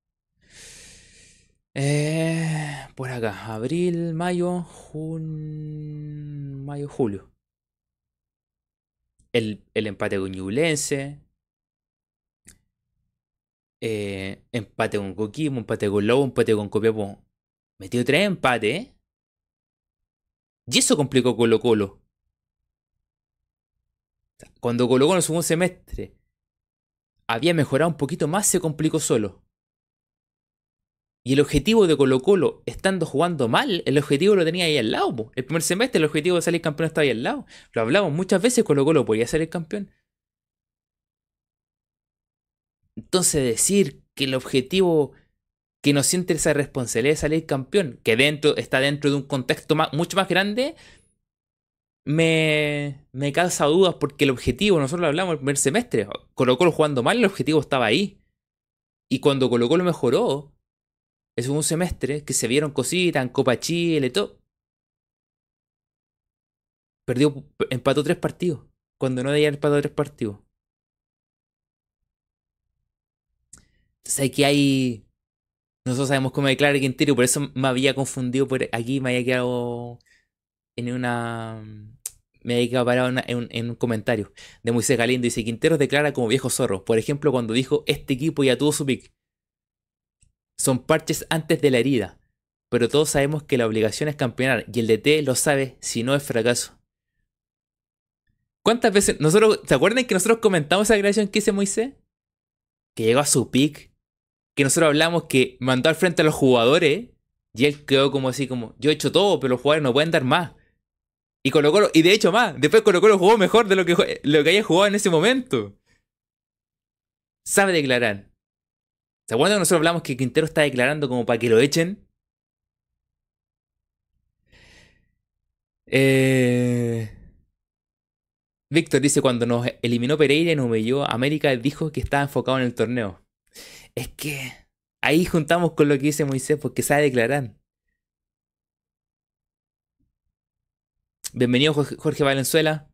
Eh, por acá, abril, mayo, junio, mayo, julio. El, el empate con Ñublense. Eh, empate con Coquimbo, empate con Lobo, empate con Copiapó. Metió tres empates, ¿eh? Y eso complicó Colo Colo. Cuando Colo Colo en el segundo semestre había mejorado un poquito más, se complicó solo. Y el objetivo de Colo Colo, estando jugando mal, el objetivo lo tenía ahí al lado, po. El primer semestre el objetivo de salir campeón estaba ahí al lado. Lo hablamos muchas veces, Colo Colo podía salir campeón. Entonces decir que el objetivo que nos siente esa responsabilidad de salir campeón, que dentro está dentro de un contexto más, mucho más grande, me, me causa dudas porque el objetivo, nosotros lo hablamos el primer semestre, Colo Colo jugando mal, el objetivo estaba ahí. Y cuando Colo Colo mejoró, es un semestre que se vieron cositas en Copa Chile y todo, perdió, empató tres partidos, cuando no debía haber empatado tres partidos. Entonces aquí hay... Nosotros sabemos cómo declara Quintero, por eso me había confundido por aquí, me había quedado en una... Me había quedado parado en, en, en un comentario de Moisés Galindo. Dice, Quinteros declara como viejo zorro. Por ejemplo, cuando dijo, este equipo ya tuvo su pick. Son parches antes de la herida. Pero todos sabemos que la obligación es campeonar. Y el D T lo sabe, si no es fracaso. ¿Cuántas veces nosotros... ¿Se acuerdan que nosotros comentamos esa declaración que hizo Moisés? Que llegó a su pick. Que nosotros hablamos que mandó al frente a los jugadores. Y él quedó como así como, yo he hecho todo, pero los jugadores no pueden dar más. Y Colo Colo, y de hecho más, después Colo Colo jugó mejor de lo que, lo que haya jugado en ese momento. Sabe declarar. ¿Se acuerdan que nosotros hablamos que Quintero está declarando como para que lo echen? Eh... Víctor dice, cuando nos eliminó Pereira y nos humilló, América dijo que estaba enfocado en el torneo. Es que ahí juntamos con lo que dice Moisés, porque sabe declarar. Bienvenido Jorge Valenzuela.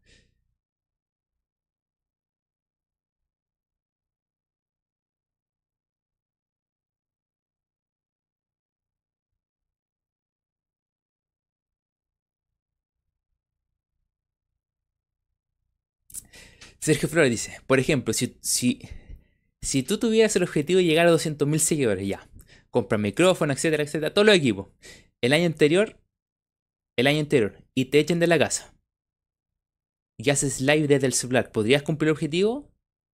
Sergio Flores dice, por ejemplo, si, si, si tú tuvieras el objetivo de llegar a doscientos mil seguidores, ya, compra micrófono, etcétera, etcétera, todos los equipos. El año anterior, el año anterior, y te echen de la casa, y haces live desde el celular, ¿podrías cumplir el objetivo?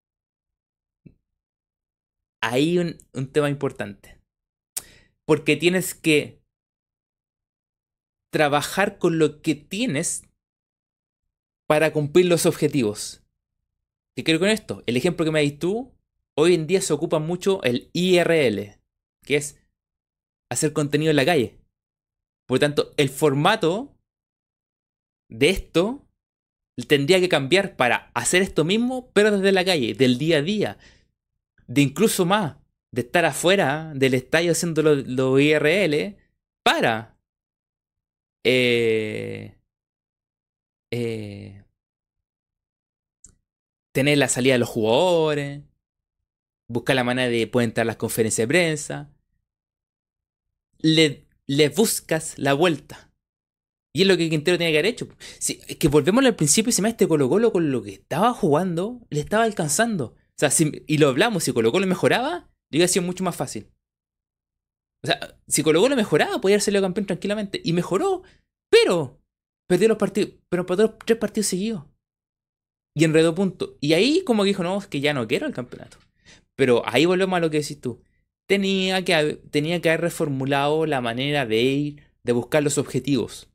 Hay un, un tema importante. Porque tienes que trabajar con lo que tienes para cumplir los objetivos. ¿Qué quiero con esto? El ejemplo que me diste tú, hoy en día se ocupa mucho el I R L, que es hacer contenido en la calle. Por lo tanto, el formato de esto tendría que cambiar para hacer esto mismo, pero desde la calle, del día a día, de incluso más, de estar afuera del estadio haciendo los lo I R L para eh, eh, tener la salida de los jugadores, buscar la manera de poder entrar a las conferencias de prensa. Le, le buscas la vuelta. Y es lo que Quintero tiene que haber hecho. Si, es que volvemos al principio y se me este Colo Colo con lo que estaba jugando, le estaba alcanzando. O sea, si, y lo hablamos, si Colo Colo mejoraba, le hubiera sido mucho más fácil. O sea, si Colo Colo mejoraba, podía haber salido campeón tranquilamente. Y mejoró, pero perdió los partidos, pero perdió los tres partidos seguidos. Y enredó puntos. Y ahí como que dijo, no, es que ya no quiero el campeonato. Pero ahí volvemos a lo que decís tú. Tenía que, haber, tenía que haber reformulado la manera de ir, de buscar los objetivos.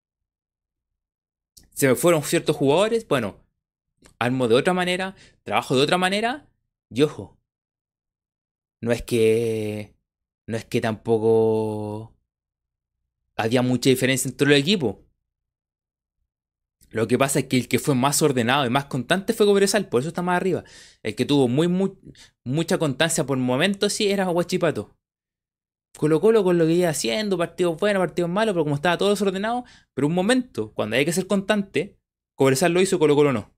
Se me fueron ciertos jugadores, bueno, armo de otra manera, trabajo de otra manera, y ojo, no es que. No es que tampoco había mucha diferencia entre los equipos. Lo que pasa es que el que fue más ordenado y más constante fue Cobresal, por eso está más arriba. El que tuvo muy, muy mucha constancia por momentos sí era Huachipato. Colo Colo con lo que iba haciendo, partidos buenos, partidos malos, pero como estaba todo desordenado, pero un momento, cuando hay que ser constante, Cobresal lo hizo, Colo Colo no.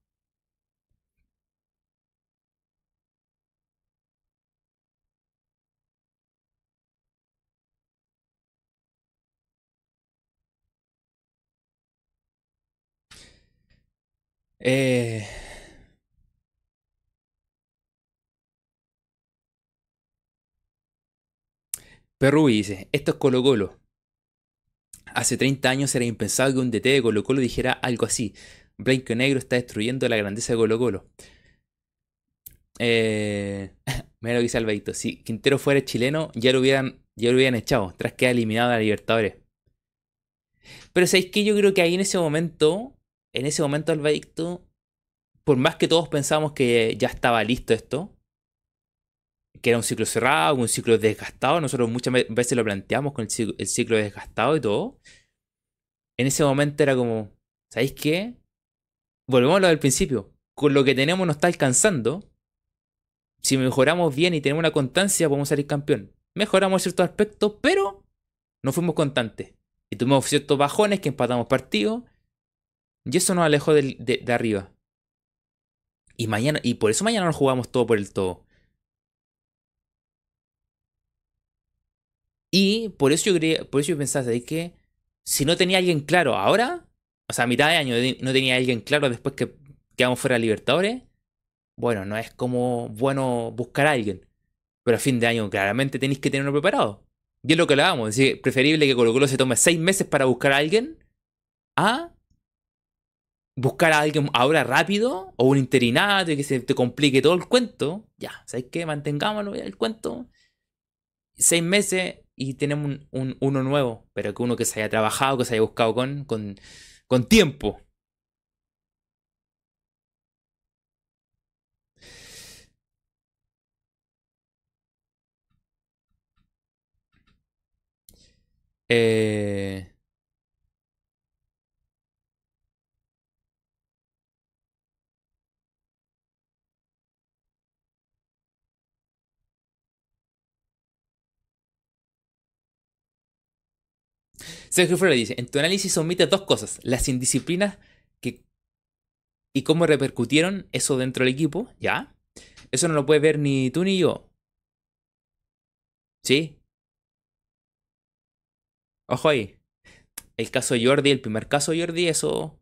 Eh, Perrubi dice, esto es Colo Colo. Hace treinta años era impensado que un D T de Colo Colo dijera algo así. Blanco y Negro está destruyendo la grandeza de Colo Colo. Eh, mira lo que dice Albaito. Si Quintero fuera chileno, ya lo hubieran, ya lo hubieran echado, tras que ha eliminado a la Libertadores. Pero ¿sabéis qué? Yo creo que ahí en ese momento, en ese momento Albaito, por más que todos pensábamos que ya estaba listo esto, que era un ciclo cerrado, un ciclo desgastado, nosotros muchas veces lo planteamos con el ciclo, el ciclo desgastado y todo, en ese momento era como, ¿sabéis qué? Volvemos a lo del principio. Con lo que tenemos nos está alcanzando. Si mejoramos bien y tenemos una constancia, podemos salir campeón. Mejoramos en ciertos aspectos, pero no fuimos constantes. Y tuvimos ciertos bajones que empatamos partidos. Y eso nos alejó de, de, de arriba. Y mañana, y por eso mañana nos jugamos todo por el todo. Y por eso yo creía, por eso yo pensaba, ¿sabes qué? Si no tenía alguien claro ahora, o sea, a mitad de año no tenía alguien claro después que quedamos fuera de Libertadores, bueno, no es como bueno buscar a alguien. Pero a fin de año claramente tenéis que tenerlo preparado. Y es lo que le damos. Es decir, preferible que Colo Colo se tome seis meses para buscar a alguien a buscar a alguien ahora rápido o un interinato y que se te complique todo el cuento. Ya, ¿sabes qué? Mantengámoslo ya el cuento. Seis meses y tenemos un, un- uno nuevo, pero que uno que se haya trabajado, que se haya buscado con, con, con tiempo. Eh, Sergio Flores dice, en tu análisis omites dos cosas, las indisciplinas que, y cómo repercutieron eso dentro del equipo, ¿ya? Eso no lo puedes ver ni tú ni yo. ¿Sí? Ojo ahí. El caso Jordi, el primer caso Jordi, eso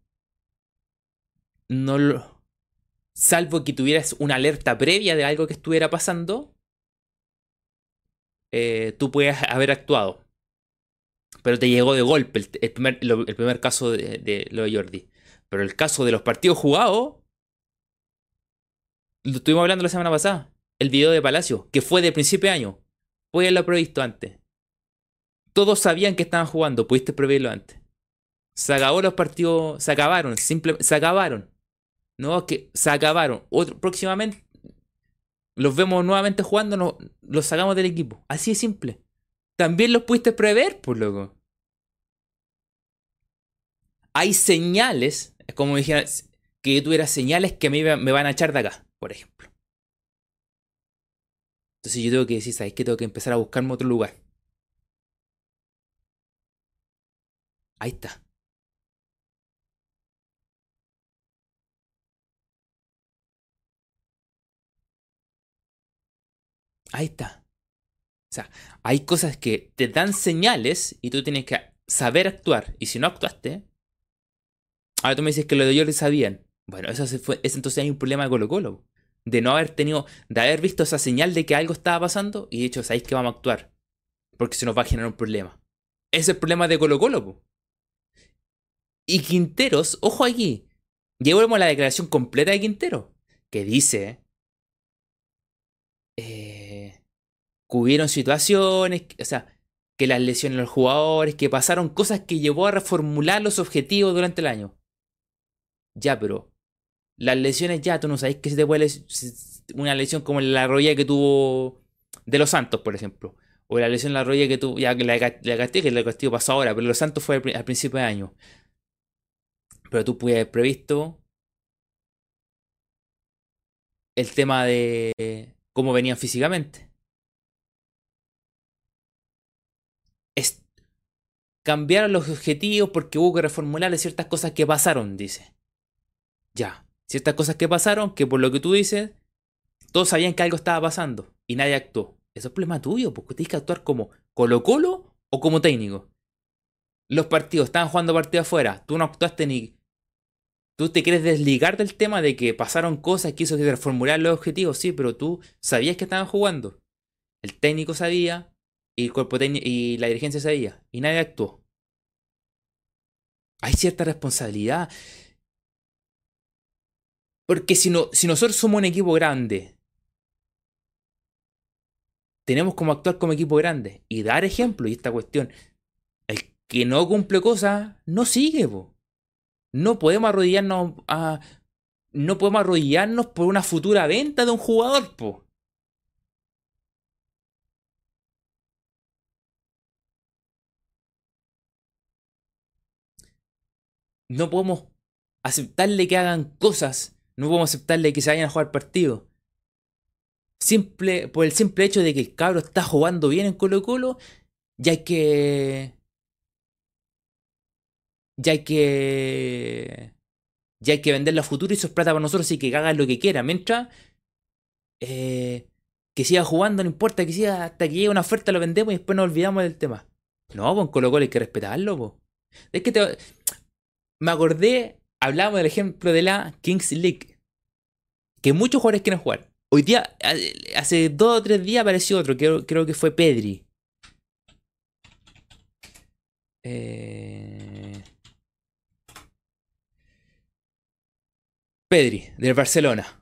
no lo... Salvo que tuvieras una alerta previa de algo que estuviera pasando, eh, tú puedes haber actuado. Pero te llegó de golpe el, el primer, lo- el primer caso de, de lo de Jordi. Pero el caso de los partidos jugados, lo estuvimos hablando la semana pasada. El video de Palacio, que fue de principio de año. Puedes haberlo previsto antes. Todos sabían que estaban jugando, pudiste preverlo antes. Se acabó los partidos, se acabaron, simple, se acabaron. No, es que se acabaron. Otro, próximamente los vemos nuevamente jugando, no, los sacamos del equipo. Así de simple. También los pudiste prever, pues loco. Hay señales, es como dijera, que yo tuviera señales que me, me van a echar de acá, por ejemplo. Entonces yo tengo que decir, ¿sabes qué? Tengo que empezar a buscarme otro lugar. Ahí está. Ahí está. O sea, hay cosas que te dan señales y tú tienes que saber actuar. Y si no actuaste, ahora tú me dices que lo de ellos lo sabían. Bueno, eso se fue, es, entonces hay un problema de Colo Colo. De no haber tenido, de haber visto esa señal de que algo estaba pasando y dicho, ¿sabéis que vamos a actuar? Porque se nos va a generar un problema. Ese es el problema de Colo Colo, po. Y Quinteros, ojo aquí, llevemos la declaración completa de Quintero, que dice eh, que hubieron situaciones, o sea, que las lesiones de los jugadores, que pasaron cosas que llevó a reformular los objetivos durante el año. Ya, pero las lesiones ya, tú no sabes que se te puede les una lesión como la rodilla que tuvo de los Santos, por ejemplo. O la lesión en la rodilla que tuvo, ya que la, la Castillo, que la Castillo pasó ahora, pero los Santos fue al, al principio de año. Pero tú puedes haber previsto el tema de cómo venían físicamente. Es, cambiaron los objetivos porque hubo que reformular ciertas cosas que pasaron, dice. Ya, ciertas cosas que pasaron que por lo que tú dices, todos sabían que algo estaba pasando y nadie actuó. Eso es problema tuyo, porque tienes que actuar como Colo Colo o como técnico. Los partidos, estaban jugando partidos afuera, tú no actuaste ni... Tú te quieres desligar del tema de que pasaron cosas que hizo que reformular los objetivos, sí, pero tú sabías que estaban jugando. El técnico sabía y el cuerpo técnico y la dirigencia sabía y nadie actuó. Hay cierta responsabilidad. Porque si, no, si nosotros somos un equipo grande, tenemos como actuar como equipo grande y dar ejemplo. Y esta cuestión, el que no cumple cosas, no sigue, po. No podemos arrodillarnos a. No podemos arrodillarnos por una futura venta de un jugador, po. No podemos aceptarle que hagan cosas. No podemos aceptarle que se vayan a jugar partidos. Simple, por el simple hecho de que el cabro está jugando bien en Colo Colo, ya hay que. Ya hay que. Ya hay que venderlo a futuro y eso es plata para nosotros y que hagan lo que quieran. Mientras eh, que siga jugando, no importa que siga hasta que llegue una oferta, lo vendemos y después nos olvidamos del tema. No, pues en Colo Colo hay que respetarlo, pues. Es que te, me acordé, hablábamos del ejemplo de la Kings League, que muchos jugadores quieren jugar. Hoy día, hace dos o tres días apareció otro, creo, creo que fue Pedri. Eh, Pedri, del Barcelona.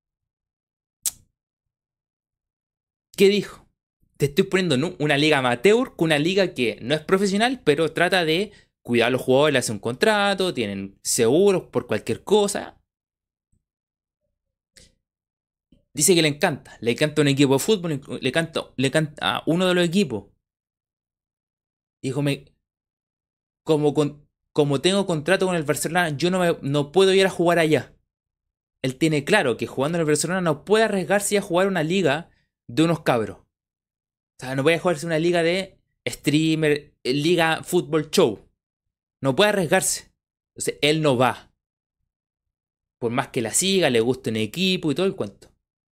¿Qué dijo? Te estoy poniendo en una liga amateur con una liga que no es profesional, pero trata de cuidar a los jugadores, le hacen un contrato, tienen seguros por cualquier cosa. Dice que le encanta, le encanta un equipo de fútbol, le encanta, le encanta a uno de los equipos. Dijo, me, como, con, como tengo contrato con el Barcelona, yo no, me, no puedo ir a jugar allá. Él tiene claro que jugando en el Barcelona no puede arriesgarse a jugar una liga de unos cabros. O sea, no puede jugarse una liga de streamer, liga fútbol show. No puede arriesgarse. Entonces, él no va. Por más que la siga, le guste un equipo y todo el cuento.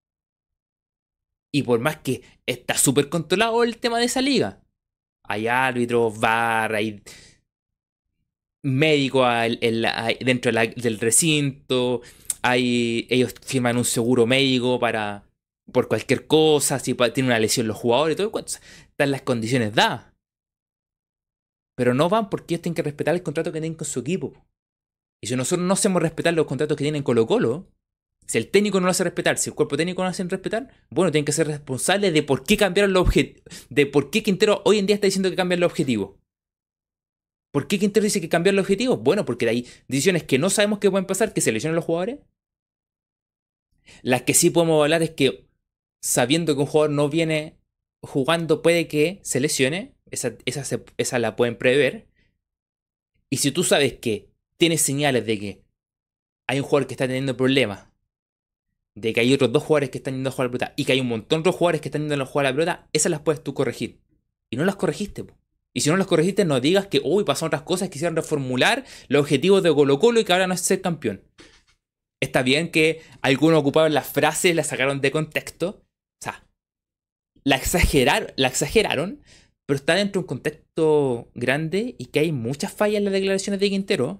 Y por más que está súper controlado el tema de esa liga. Hay árbitros, bar, hay médicos dentro de la- del recinto. Hay, ellos firman un seguro médico para por cualquier cosa, si pa- tienen una lesión los jugadores y todo el cuento. Están las condiciones dadas. Pero no van porque ellos tienen que respetar el contrato que tienen con su equipo. Y si nosotros no hacemos respetar los contratos que tienen Colo Colo, si el técnico no lo hace respetar, si el cuerpo técnico no lo hace respetar, bueno, tienen que ser responsables de por qué cambiaron los objetivos, de por qué Quintero hoy en día está diciendo que cambian los objetivos. ¿Por qué Quintero dice que cambiar los objetivos? Bueno, porque hay decisiones que no sabemos que pueden pasar, que se lesionen los jugadores. Las que sí podemos hablar es que sabiendo que un jugador no viene jugando puede que se lesione, esa, esa, se- esa la pueden prever. Y si tú sabes que tienes señales de que hay un jugador que está teniendo problemas, de que hay otros dos jugadores que están yendo a jugar a la pelota y que hay un montón de otros jugadores que están yendo a jugar a la pelota, esas las puedes tú corregir. Y no las corregiste, po. Y si no las corregiste, no digas que, uy, pasaron otras cosas, quisieron reformular los objetivos de Colo Colo y que ahora no es ser campeón. Está bien que algunos ocuparon las frases, las sacaron de contexto. O sea, la exageraron, la exageraron, pero está dentro de un contexto grande y que hay muchas fallas en las declaraciones de Quintero.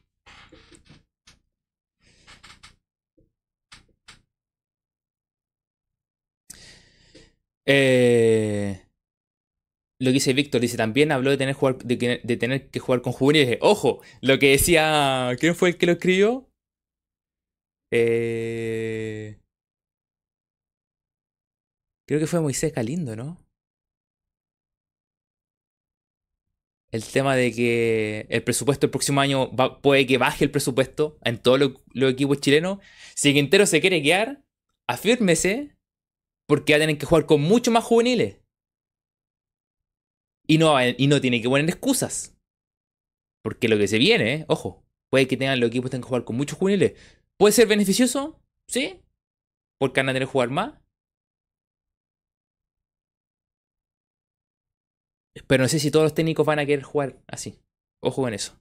Eh, lo que dice Víctor, dice, también habló de tener, jugar, de, que- de tener que jugar con juveniles. Ojo, lo que decía, ¿quién fue el que lo escribió? Eh, creo que fue Moisés Galindo, ¿no? El tema de que el presupuesto el próximo año va- puede que baje el presupuesto en todos los, los equipos chilenos. Si Quintero se quiere quedar, afírmese, porque va a tener que jugar con mucho más juveniles. Y no, y no tiene que poner excusas. Porque lo que se viene, eh, ojo, puede que tengan los equipos tengan que jugar con muchos juveniles. ¿Puede ser beneficioso? Sí, porque van a tener que jugar más. Pero no sé si todos los técnicos van a querer jugar así. Ojo con eso.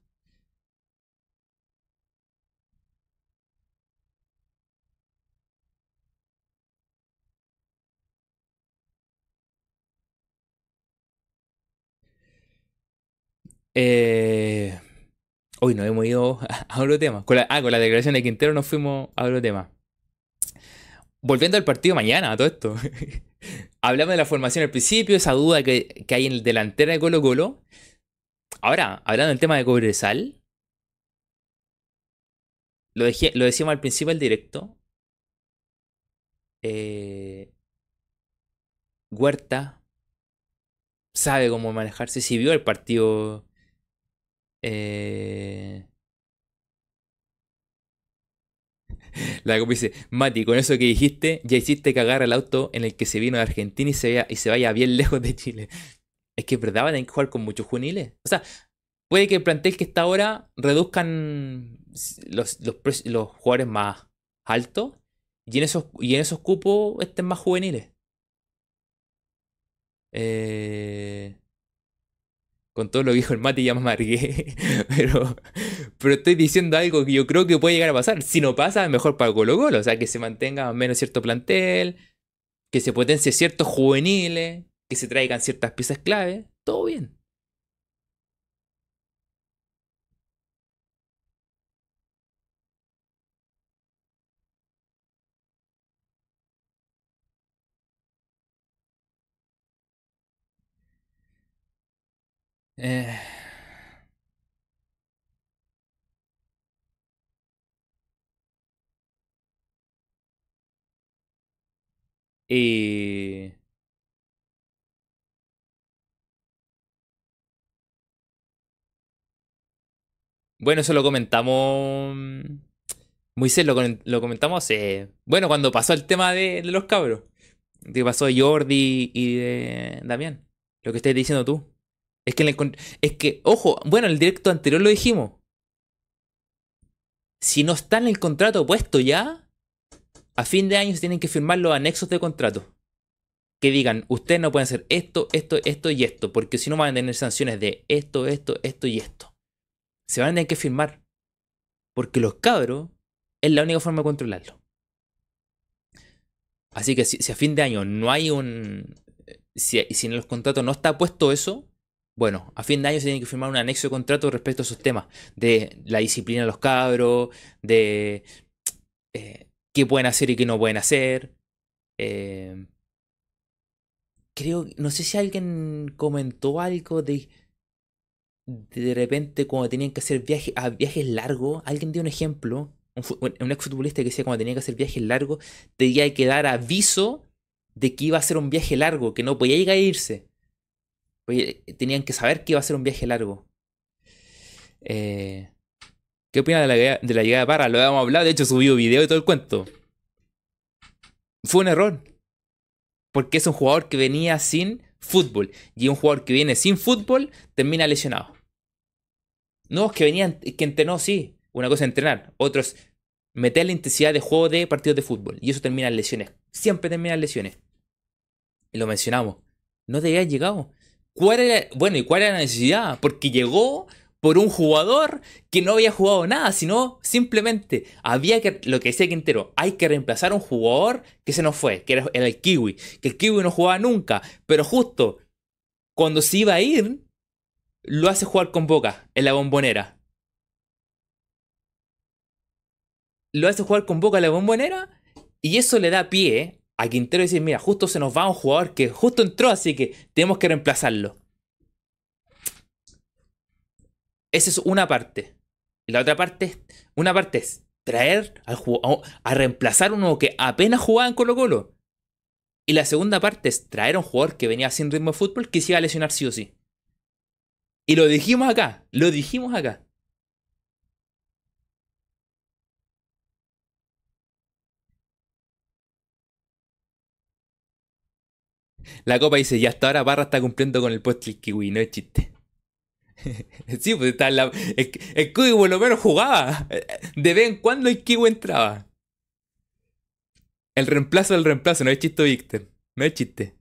Eh, Hoy nos hemos ido a otro tema. Con la, ah, con la declaración de Quintero nos fuimos a otro tema. Volviendo al partido mañana, a todo esto. Hablamos de la formación al principio, esa duda que, que hay en el delantera de Colo Colo. Ahora, hablando del tema de Cobresal, lo, dejé, lo decíamos al principio del directo. eh, Huerta sabe cómo manejarse. Si vio el partido. eh, la copa dice: Mati, con eso que dijiste, ya hiciste cagar el auto en el que se vino de Argentina y se, vaya, y se vaya bien lejos de Chile. Es que, ¿verdad? Van a tener que jugar con muchos juveniles. O sea, puede que el plantel que está ahora reduzcan los, los, los jugadores más altos y en esos, y en esos cupos estén más juveniles. Eh, con todo lo que dijo el Mati ya me amargué. pero, pero estoy diciendo algo que yo creo que puede llegar a pasar. Si no pasa, mejor para Colo Colo. O sea, que se mantenga más o menos cierto plantel, que se potencie ciertos juveniles, que se traigan ciertas piezas clave. Todo bien. Eh, y bueno, eso lo comentamos. Moisés, lo, con- lo comentamos. Eh, bueno, cuando pasó el tema de, de los cabros. De que pasó de Jordi y de Damián. Lo que estás diciendo tú. Es que, en el con- es que, ojo, bueno, en el directo anterior lo dijimos. Si no está en el contrato puesto ya, a fin de año se tienen que firmar los anexos de contrato. Que digan, ustedes no pueden hacer esto, esto, esto y esto. Porque si no van a tener sanciones de esto, esto, esto y esto. Se van a tener que firmar. Porque los cabros es la única forma de controlarlo. Así que si, si a fin de año no hay un. Si, si en los contratos no está puesto eso, bueno, a fin de año se tiene que firmar un anexo de contrato respecto a esos temas. De la disciplina de los cabros, de eh, qué pueden hacer y qué no pueden hacer. Eh, creo, no sé si alguien comentó algo de, de repente cuando tenían que hacer viajes, a viajes largos. Alguien dio un ejemplo, un, fu- un exfutbolista que decía cuando tenía que hacer viajes largos, tenía que dar aviso de que iba a ser un viaje largo, que no podía llegar a irse. Oye, tenían que saber que iba a ser un viaje largo. Eh, ¿Qué opina de la, de la llegada de Parra? Lo habíamos hablado, de hecho subió video y todo el cuento. Fue un error, porque es un jugador que venía sin fútbol. Y un jugador que viene sin fútbol termina lesionado. No, es que venían, que entrenó, sí. Una cosa es entrenar, otro es meter la intensidad de juego de partidos de fútbol. Y eso termina en lesiones. Siempre termina en lesiones. Y lo mencionamos. No debía haber llegado. ¿Cuál era, bueno, ¿y cuál era la necesidad? Porque llegó por un jugador que no había jugado nada, sino simplemente había que, lo que decía Quintero, hay que reemplazar a un jugador que se nos fue, que era, era el Kiwi. Que el Kiwi no jugaba nunca, pero justo cuando se iba a ir, lo hace jugar con Boca en la Bombonera. Lo hace jugar con Boca en la Bombonera y eso le da pie a Quintero decir, mira, justo se nos va un jugador que justo entró, así que tenemos que reemplazarlo. Esa es una parte. Y la otra parte es, una parte es traer al jugador, a reemplazar uno que apenas jugaba en Colo Colo. Y la segunda parte es traer a un jugador que venía sin ritmo de fútbol que se iba a lesionar sí o sí. Y lo dijimos acá, lo dijimos acá. La Copa dice, y hasta ahora Parra está cumpliendo con el puesto del Kiwi, no es chiste. Sí, pues está en la, el, el Kiwi por lo menos jugaba. De vez en cuando el Kiwi entraba. El reemplazo del reemplazo, no es chiste, Víctor. No es chiste.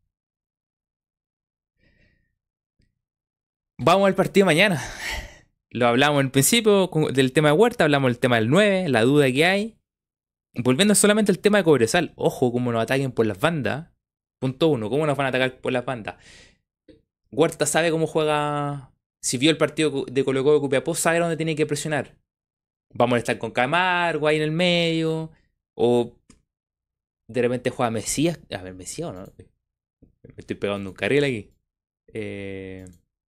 Vamos al partido mañana. Lo hablamos en principio del tema de Huerta, hablamos del tema del nueve, la duda que hay. Volviendo solamente al tema de Cobresal, ojo cómo nos ataquen por las bandas. Punto uno, ¿cómo nos van a atacar por las bandas? Huerta sabe cómo juega. Si vio el partido de Colo Colo Copiapó, sabe dónde tiene que presionar. Vamos a estar con Camargo ahí en el medio. O de repente juega Mesías. A ver, Mesías o no. Me estoy pegando un carril aquí. Eh,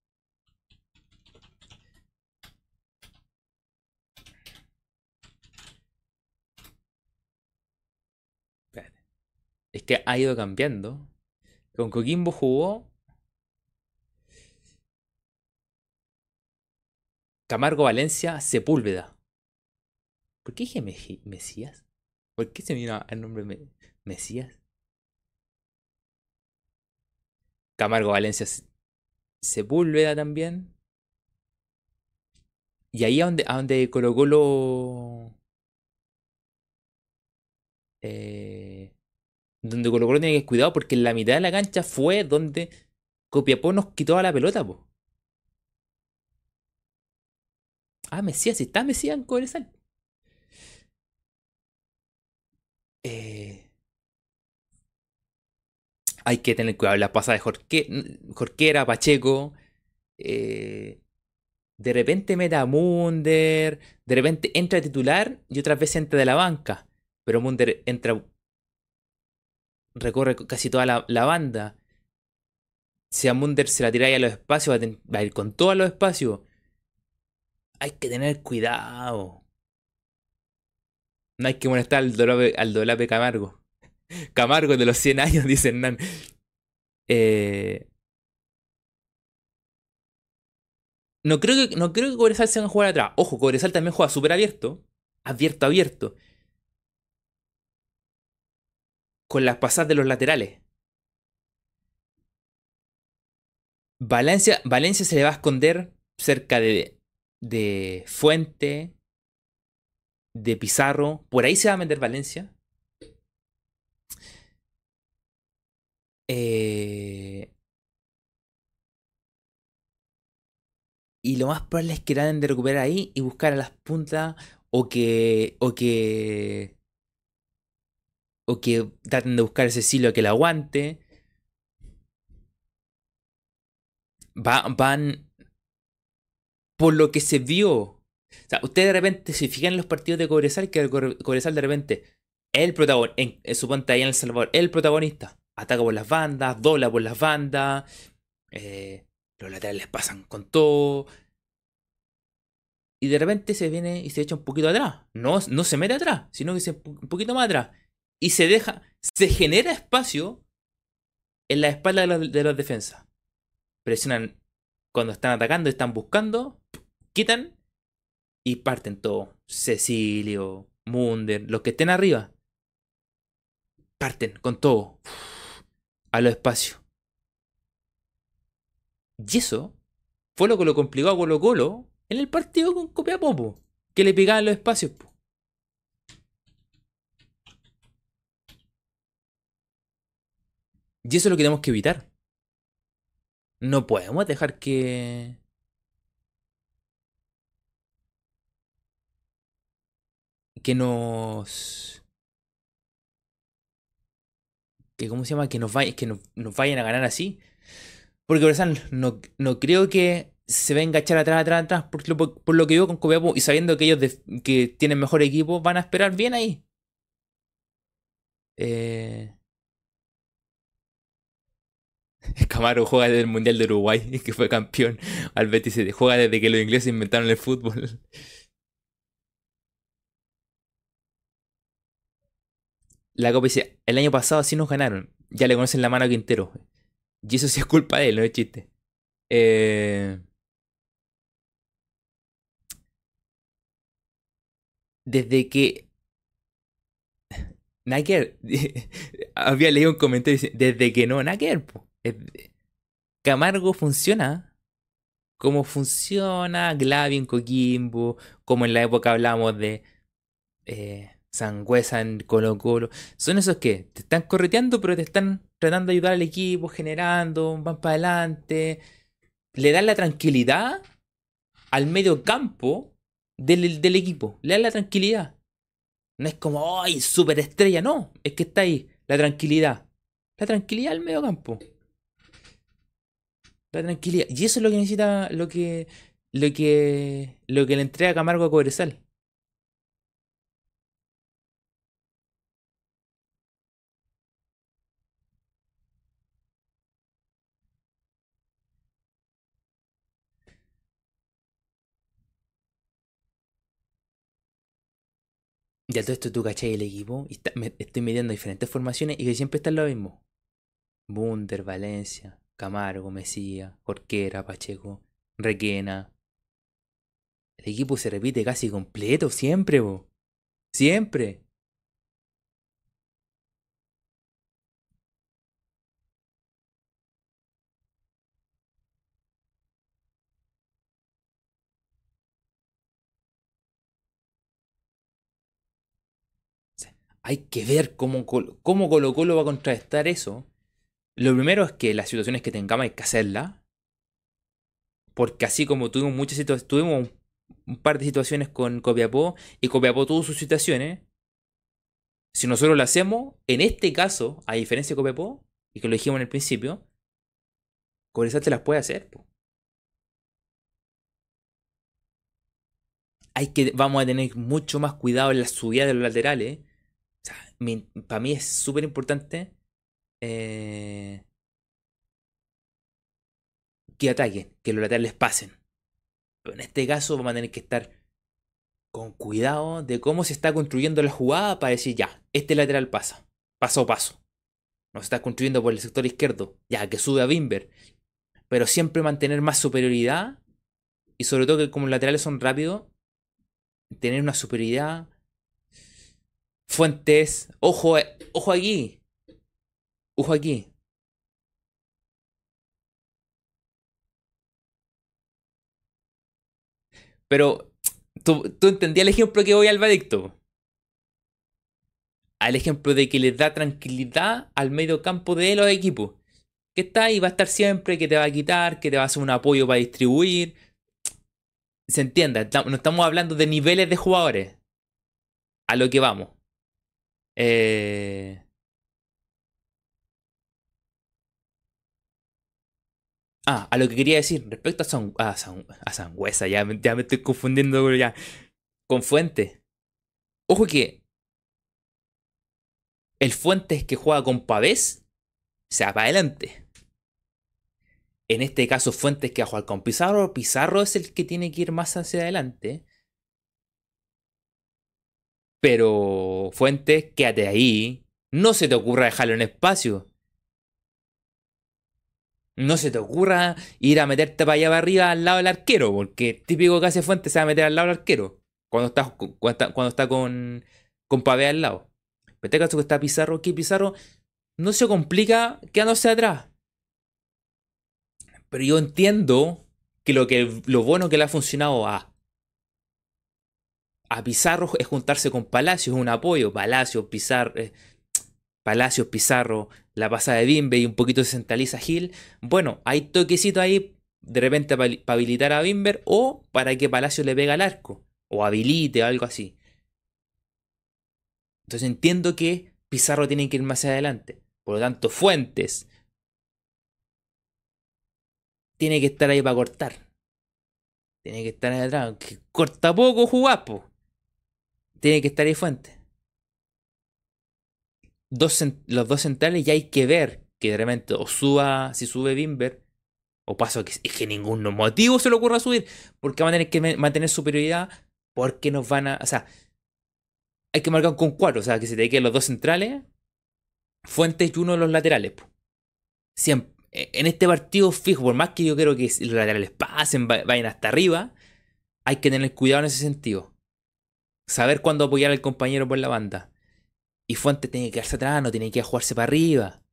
espérate. Es que ha ido cambiando. Con Coquimbo jugó Camargo Valencia Sepúlveda. ¿Por qué dije Meji- Mesías? ¿Por qué se me vino el nombre Me- Mesías? Camargo Valencia Se- Sepúlveda también. Y ahí a donde, a donde Colo Colo. eh, donde Colo Colo tiene que cuidado porque en la mitad de la cancha fue donde Copiapó nos quitó a la pelota, po. Ah, Mesías, si está Mesías en Cobresal. Eh, Hay que tener cuidado. Las pasadas de Jorque, Jorquera, Pacheco. eh, de repente mete a Munder. De repente entra de titular y otras veces entra de la banca. Pero Munder entra, recorre casi toda la, la banda. Si a Munder se la tiráis a los espacios, va a, ten- va a ir con todos los espacios. Hay que tener cuidado. No hay que molestar al Dolape, al Dolape Camargo. Camargo de los cien años, dice Hernán. Eh, no creo que, no creo que Cobresal se van a jugar atrás. Ojo, Cobresal también juega súper abierto. Abierto, abierto. Con las pasadas de los laterales. Valencia, Valencia se le va a esconder cerca de, de Fuente, de Pizarro. Por ahí se va a meter Valencia. Eh, y lo más probable es que traten de recuperar ahí y buscar a las puntas. O que. O que. O que traten de buscar ese silo que la aguante. Va- van. Por lo que se vio. O sea, ustedes de repente se fijan en los partidos de Cobresal, que el Core- Cobresal de repente es el protagonista, en, en su pantalla en El Salvador, es el protagonista. Ataca por las bandas, dobla por las bandas, eh, los laterales pasan con todo. Y de repente se viene y se echa un poquito atrás. No, no se mete atrás, sino que se un poquito más atrás. Y se deja, se genera espacio en la espalda de los, de los defensas. Presionan cuando están atacando, están buscando. quitan y parten todo. Cecilio, Munder, los que estén arriba, parten con todo a los espacios. Y eso fue lo que lo complicó a Colo Colo en el partido con Copiapó, po, que le pegaban los espacios. Po. Y eso es lo que tenemos que evitar. No podemos dejar que... Que nos... Que, ¿Cómo se llama? Que nos, vay- que nos, nos vayan a ganar así. Porque, por ejemplo, no, no creo que se venga a echar atrás, atrás, atrás por lo, por lo que veo con Copiapó y sabiendo que ellos de- que tienen mejor equipo van a esperar bien ahí. Eh, Camaro juega desde el Mundial de Uruguay, que fue campeón al Betis. Juega desde que los ingleses inventaron el fútbol. La Copa dice, el año pasado sí nos ganaron. Ya le conocen la mano a Quintero. Y eso sí es culpa de él, no es chiste. Eh, desde que... Naker había leído un comentario dice, desde que no, Naker, po. Eh, Camargo funciona como funciona Glavi en Coquimbo, como en la época hablábamos de eh, Sangüesa en Colo Colo. Son esos que te están correteando, pero te están tratando de ayudar al equipo, generando, van para adelante. Le dan la tranquilidad al medio campo del, del equipo. Le dan la tranquilidad. No es como, ¡ay, superestrella! No, es que está ahí, la tranquilidad. La tranquilidad al medio campo. La tranquilidad. Y eso es lo que necesita, lo que, lo que, lo que le entrega Camargo a Cobresal. Ya todo esto tú cachai el equipo y está- me, estoy midiendo diferentes formaciones y que siempre están lo mismo. Bunder, Valencia, Camargo, Mesía, Jorquera, Pacheco, Requena. El equipo se repite casi completo, siempre, bo. Siempre. O sea, hay que ver cómo, Colo- cómo Colo Colo va a contrarrestar eso. Lo primero es que las situaciones que tengamos hay que hacerlas. Porque así como tuvimos muchas situaciones, tuvimos un, un par de situaciones con Copiapó y Copiapó tuvo sus situaciones. Si nosotros lo hacemos, en este caso, a diferencia de Copiapó, y que lo dijimos en el principio, Cobresal te las puede hacer. Po. Hay que, vamos a tener mucho más cuidado en la subida de los laterales. O sea, para mí es súper importante eh, que ataquen, que los laterales pasen. Pero en este caso vamos a tener que estar con cuidado de cómo se está construyendo la jugada para decir, ya, este lateral pasa, paso a paso. Nos está construyendo por el sector izquierdo, ya, que sube a Bimber. Pero siempre mantener más superioridad y sobre todo que como los laterales son rápidos, tener una superioridad. Fuentes, ojo, eh, ojo aquí, ojo aquí. Pero tú, tú entendías el ejemplo que voy al Vadicto. Al ejemplo de que les da tranquilidad al medio campo de los equipos. Que está ahí, va a estar siempre, que te va a quitar, que te va a hacer un apoyo para distribuir. Se entienda, no estamos hablando de niveles de jugadores. A lo que vamos. Eh... Ah, a lo que quería decir, respecto a, San, a, San- a Sangüesa, ya, me- ya me estoy confundiendo ya. Con Fuentes. Ojo que el Fuentes que juega con Pavés se va para adelante. En este caso, Fuentes que va a jugar con Pizarro. Pizarro es el que tiene que ir más hacia adelante. Pero Fuentes, quédate ahí. No se te ocurra dejarlo en espacio. No se te ocurra ir a meterte para allá para arriba al lado del arquero, porque típico que hace Fuentes se va a meter al lado del arquero. Cuando está, cuando está, cuando está con, con Pavé al lado. Pero en este caso que está Pizarro, que Pizarro no se complica quedándose atrás. Pero yo entiendo que lo, que, lo bueno que le ha funcionado a, a Pizarro es juntarse con Palacios, un apoyo. Palacios, Pizarro, eh, Palacios, Pizarro, la pasada de Bimbe y un poquito se centraliza Gil. Bueno, hay toquecito ahí de repente para habilitar a Bimber o para que Palacios le pegue al arco o habilite o algo así. Entonces entiendo que Pizarro tiene que ir más adelante. Por lo tanto, Fuentes tiene que estar ahí para cortar. Tiene que estar ahí atrás. Que corta poco jugar, po. Tiene que estar ahí Fuentes. Dos, los dos centrales ya hay que ver que de repente o suba, si sube Bimber, o paso que es que ningún motivo se le ocurra subir, porque van a tener que mantener superioridad, porque nos van a. O sea, hay que marcar con cuatro, o sea, que se te queden los dos centrales, Fuentes y uno de los laterales. Po. Siempre. En este partido fijo, por más que yo creo que los laterales pasen, vayan hasta arriba, hay que tener cuidado en ese sentido. Saber cuándo apoyar al compañero por la banda. Y Fuentes tiene que quedarse atrás, no tiene que jugarse para arriba.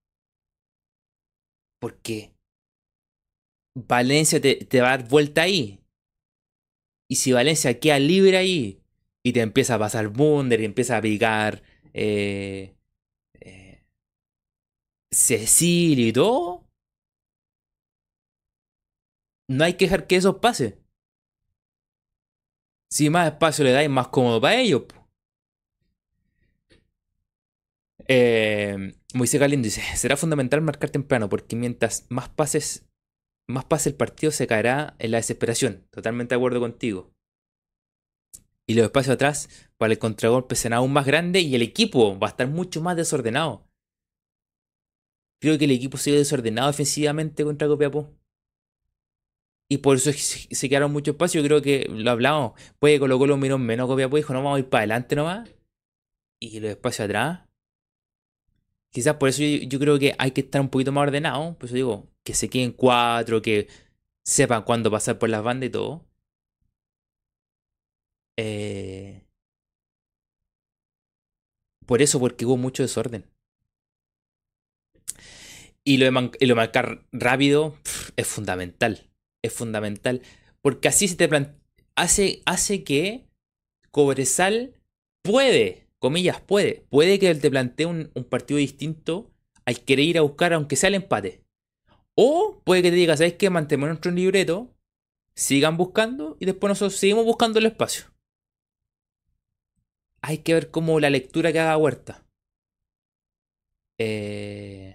Porque Valencia te, te va a dar vuelta ahí. Y si Valencia queda libre ahí y te empieza a pasar Wunder y empieza a picar eh, eh, Cecilio y todo, no hay que dejar que eso pase. Si más espacio le dais, más cómodo para ellos. Eh, Moisés Galindo dice, será fundamental marcar temprano porque mientras más pases, más pase el partido se caerá en la desesperación. Totalmente de acuerdo contigo. Y los espacios atrás para el contragolpe serán aún más grandes y el equipo va a estar mucho más desordenado. Creo que el equipo se vio desordenado defensivamente contra Copiapó. Y por eso se se quedaron mucho espacio. Yo creo que lo hablamos. Puede que Colo Colo miró menos Copiapó y dijo, no, vamos a ir para adelante nomás. Y los espacios atrás. Quizás por eso yo, yo creo que hay que estar un poquito más ordenado. Por eso digo, que se queden cuatro, que sepan cuándo pasar por las bandas y todo. Eh, por eso, porque hubo mucho desorden. Y lo de, man- y lo de marcar rápido pf, es fundamental. Es fundamental. Porque así se te plan- hace, hace que Cobresal puede, comillas, puede. Puede que él te plantee un, un partido distinto al querer ir a buscar, aunque sea el empate. O puede que te diga, ¿sabes qué? Mantenemos nuestro libreto, sigan buscando y después nosotros seguimos buscando el espacio. Hay que ver cómo la lectura que haga Huerta. Eh,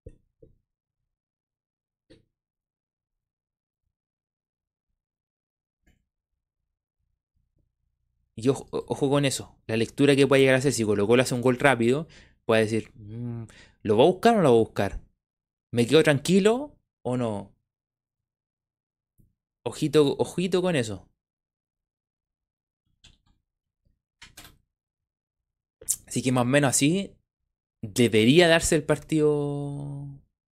y ojo, ojo con eso. La lectura que puede llegar a hacer si Colo Colo hace un gol rápido, puede decir, "Mm, ¿lo va a buscar o no lo va a buscar? ¿Me quedo tranquilo o no? Ojito, ojito con eso. Así que más o menos así debería darse el partido.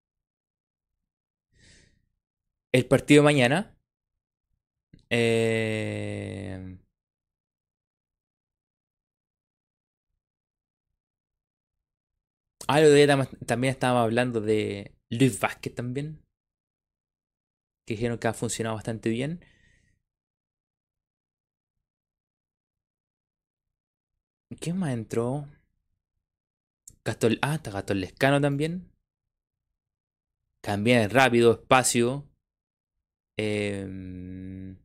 El partido de mañana. Eh, ah, el otro día tam- también estábamos hablando de Luis Vázquez también. Que dijeron que ha funcionado bastante bien. ¿Quién más entró? Gastón, ah, está Gastón Lescano también. También es rápido, espacio. eh,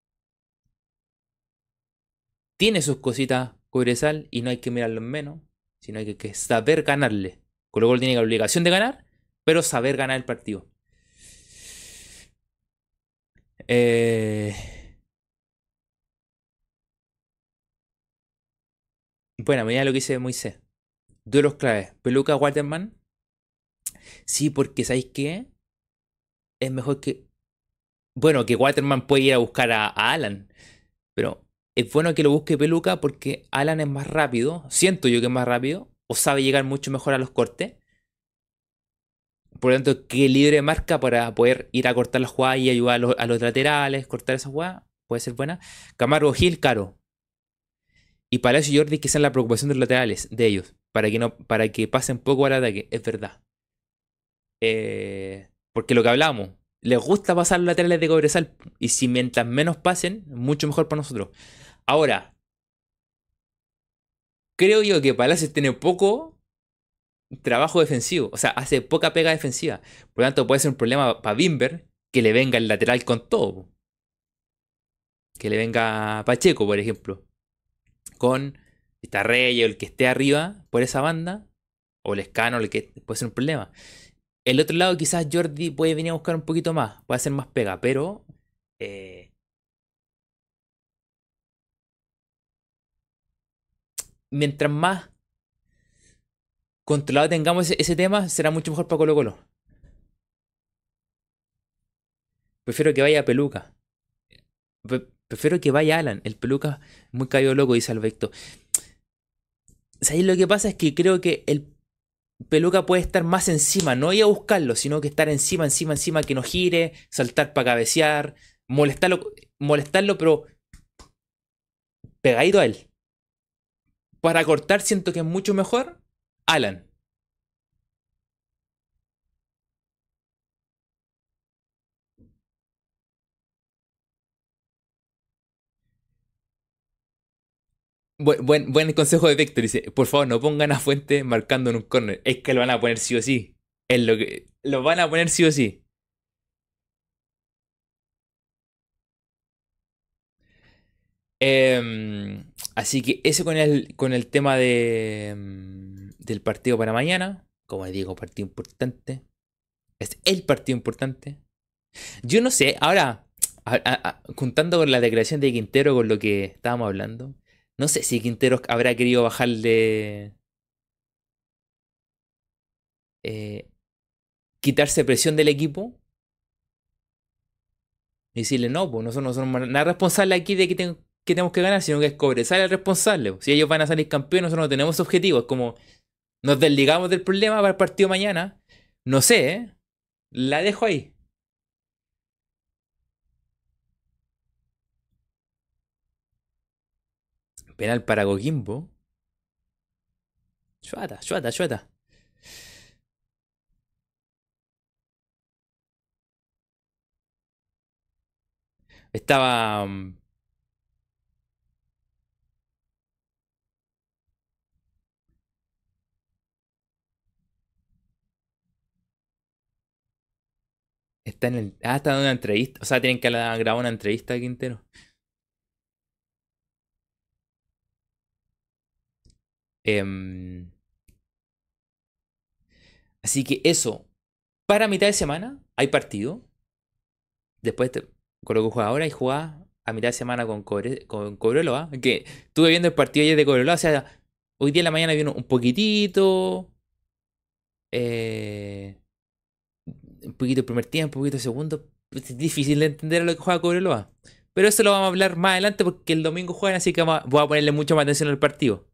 Tiene sus cositas Cobresal y no hay que mirarlo en menos. Sino hay que, que saber ganarle. Colo Colo tiene la obligación de ganar, pero saber ganar el partido. Eh, bueno, mira lo que dice Moisés. Duelos claves. Peluca Waterman. Sí, porque ¿sabéis qué? Es mejor que. Bueno, que Waterman puede ir a buscar a, a Alan. Pero es bueno que lo busque Peluca porque Alan es más rápido. Siento yo que es más rápido. O sabe llegar mucho mejor a los cortes. Por lo tanto, que libre marca para poder ir a cortar las jugadas y ayudar a los, a los laterales, cortar esas jugadas, puede ser buena. Camargo Gil, caro. Y Palacio y Jordi, que sean la preocupación de los laterales, de ellos, para que no, para que pasen poco al ataque, es verdad. Eh, porque lo que hablamos, les gusta pasar los laterales de Cobresal, y si mientras menos pasen, mucho mejor para nosotros. Ahora, creo yo que Palacios tiene poco trabajo defensivo, o sea, hace poca pega defensiva. Por lo tanto, puede ser un problema para Bimber que le venga el lateral con todo. Que le venga Pacheco, por ejemplo, con Rey o el que esté arriba por esa banda, o Lescano, el que puede ser un problema. El otro lado, quizás Jordi puede venir a buscar un poquito más, puede hacer más pega, pero eh, mientras más controlado tengamos ese, ese tema, será mucho mejor para Colo Colo. Prefiero que vaya Peluca. Pre- prefiero que vaya Alan. El Peluca muy caído loco, dice Alberto. ¿Sabéis lo que pasa? Es que creo que el Peluca puede estar más encima, no ir a buscarlo, sino que estar encima, encima, encima, que no gire, saltar para cabecear, molestarlo, molestarlo, pero pegadito a él. Para cortar siento que es mucho mejor Alan. Buen, buen, buen consejo de Víctor, dice, por favor no pongan a Fuente marcando en un corner. Es que lo van a poner sí o sí. Es lo que. Lo van a poner sí o sí. Em, así que eso con el, con el tema de, em, del partido para mañana. Como les digo, partido importante. Es el partido importante. Yo no sé, ahora, a- a- a- juntando con la declaración de Quintero con lo que estábamos hablando, no sé si Quintero habrá querido bajarle, eh, quitarse presión del equipo y decirle, no, pues nosotros no somos nada responsables aquí de que, ten- que tenemos que ganar, sino que es Cobresal el responsable. Si ellos van a salir campeones, nosotros no tenemos objetivos. Es como nos desligamos del problema para el partido mañana. No sé, ¿eh? La dejo ahí. Penal para Coquimbo. Chuata, chuata, chuata. Estaba. mm, Está en el. Ah, está en una entrevista. O sea, tienen que la- grabar una entrevista a Quintero. Em, así que eso. Para mitad de semana hay partido. Después te coloco juega ahora y juega a mitad de semana con, Cobre- con Cobreloa. Que estuve viendo el partido ayer de Cobreloa. O sea, hoy día en la mañana vino un poquitito. eh, un poquito el primer tiempo, un poquito el segundo. Es difícil de entender lo que juega Cobreloa. Pero eso lo vamos a hablar más adelante porque el domingo juegan, así que vamos a- voy a ponerle mucha más atención al partido.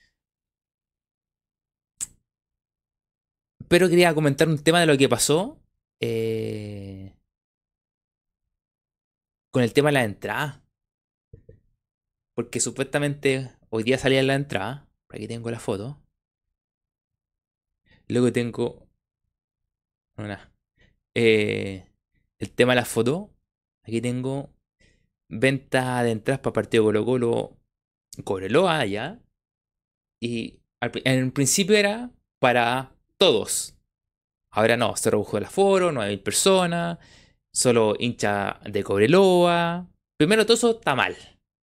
Pero quería comentar un tema de lo que pasó, eh, con el tema de la entrada. Porque supuestamente hoy día salía la entrada. Por aquí tengo la foto. Luego tengo una, eh, el tema de la foto. Aquí tengo venta de entradas para partido Colo Colo Cobreloa ya. Y al pri- en principio era para todos. Ahora no, se redujo el aforo, no hay personas, solo hincha de Cobreloa. Primero, todo eso está mal.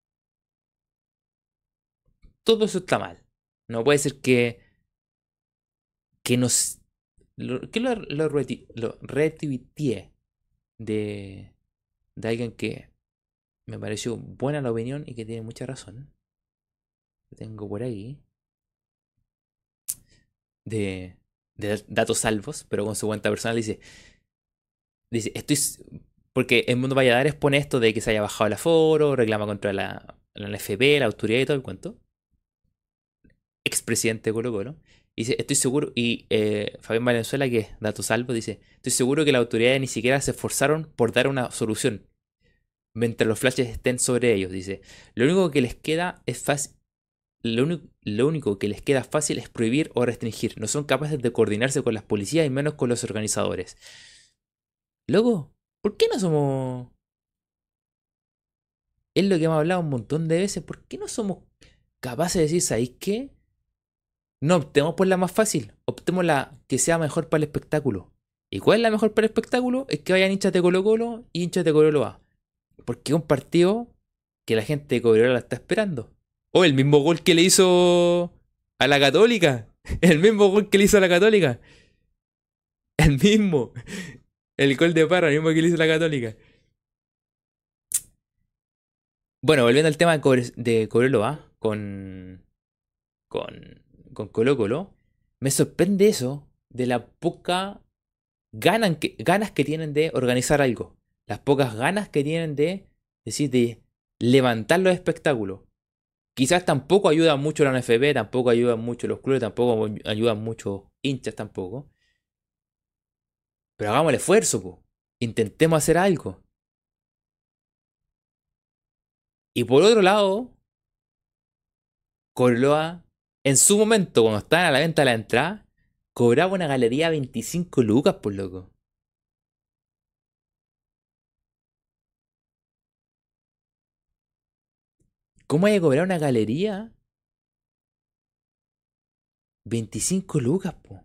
Todo eso está mal. No puede ser que, que nos. Lo, que lo, lo, reti- lo retuiteé de, de alguien que me pareció buena la opinión y que tiene mucha razón. Lo tengo por ahí. De, de datos salvos, pero con su cuenta personal dice. Dice, estoy. s- Porque el mundo Valladares pone esto de que se haya bajado el aforo, reclama contra la, la N F P, la autoridad y todo el cuento. Expresidente de Colo Colo. Dice, estoy seguro, y eh, Fabián Valenzuela, que es dato salvo, dice, estoy seguro que las autoridades ni siquiera se esforzaron por dar una solución mientras los flashes estén sobre ellos. Dice, lo único que les queda es fácil. Lo único, lo único que les queda fácil es prohibir o restringir. No son capaces de coordinarse con las policías y menos con los organizadores. Loco, ¿por qué no somos...? Es lo que hemos hablado un montón de veces. ¿Por qué no somos capaces de decir, ¿sabéis qué? No optemos por la más fácil. Optemos la que sea mejor para el espectáculo. ¿Y cuál es la mejor para el espectáculo? Es que vayan hinchas de Colo Colo y hinchas de Colo Colo A. Porque es un partido que la gente de Cobreloa la está esperando. O el mismo gol que le hizo a la Católica. El mismo gol que le hizo a la Católica. El mismo. El gol de Parra, el mismo que le hizo a la Católica. Bueno, volviendo al tema de, Cobre- de Cobreloa con, con, con Colo Colo. Me sorprende eso de la poca ganas que, ganas que tienen de organizar algo. Las pocas ganas que tienen de decir, de levantar los espectáculos. Quizás tampoco ayudan mucho la N F P, tampoco ayudan mucho los clubes, tampoco ayudan mucho hinchas tampoco. Pero hagamos el esfuerzo, po. Intentemos hacer algo. Y por otro lado, Corloa, en su momento, cuando estaban a la venta la entrada, cobraba una galería veinticinco lucas, por loco. ¿Cómo hay que cobrar una galería? veinticinco lucas, po.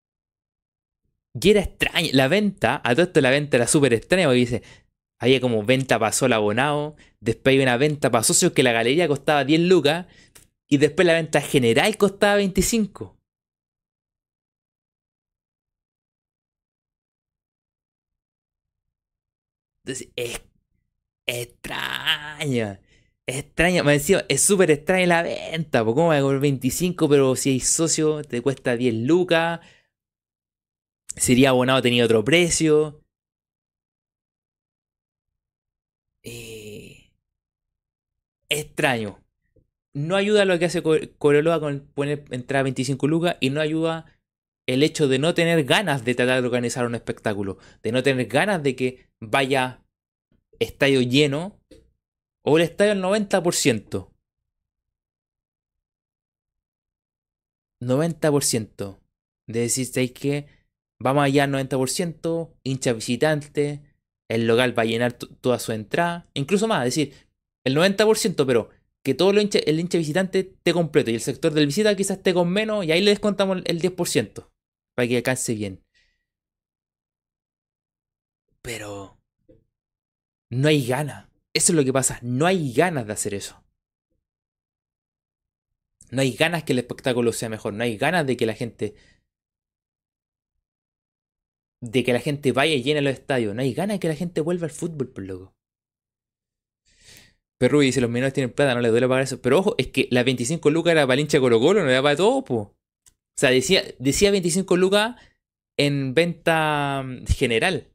Y era extraño. La venta, a todo esto la venta era súper extraña, porque dice, había como venta para solo abonado, después hay una venta para socios que la galería costaba diez lucas, y después la venta general costaba veinticinco. Entonces, es extraña. Extraña, me decía, es súper extraña la venta. ¿Por cómo va a cobrar veinticinco? Pero si hay socio, te cuesta diez lucas. Sería abonado, tenía otro precio. Eh, extraño. No ayuda lo que hace Coroloa con poner entrada veinticinco lucas y no ayuda el hecho de no tener ganas de tratar de organizar un espectáculo, de no tener ganas de que vaya estadio lleno o el estadio al noventa por ciento. noventa por ciento. De decir, ¿sabéis qué? Vamos allá al noventa por ciento, hincha visitante, el local va a llenar toda su entrada, incluso más, es decir, el noventa por ciento, pero que todo lo hincha, el hincha visitante esté completo y el sector del visita quizás esté con menos y ahí le descontamos el diez por ciento para que alcance bien. Pero no hay ganas. Eso es lo que pasa, no hay ganas de hacer eso. No hay ganas que el espectáculo sea mejor, no hay ganas de que la gente de que la gente vaya y llene los estadios, no hay ganas de que la gente vuelva al fútbol, por loco. Perú dice, los menores tienen plata, no les duele pagar eso. Pero ojo, es que las veinticinco lucas era para el hincha Colo Colo, no era para todo, po. O sea, decía, decía veinticinco lucas en venta mm, general.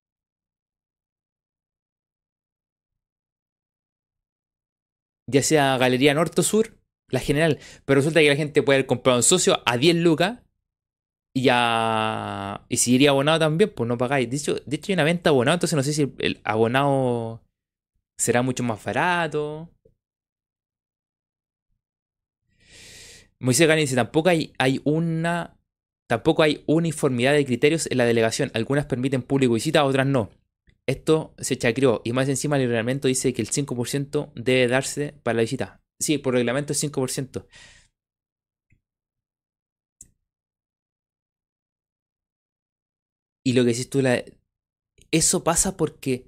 Ya sea Galería Norte o Sur, la general. Pero resulta que la gente puede haber comprado un socio a diez lucas y ya. Y si iría abonado también, pues no pagáis. De hecho, de hecho hay una venta abonado, entonces no sé si el abonado será mucho más barato. Moisés Gani dice, tampoco hay, hay una. Tampoco hay uniformidad de criterios en la delegación. Algunas permiten público visita, otras no. Esto se chacreó y más encima el reglamento dice que el cinco por ciento debe darse para la visita. Sí, por reglamento es cinco por ciento. Y lo que decís tú, la... eso pasa porque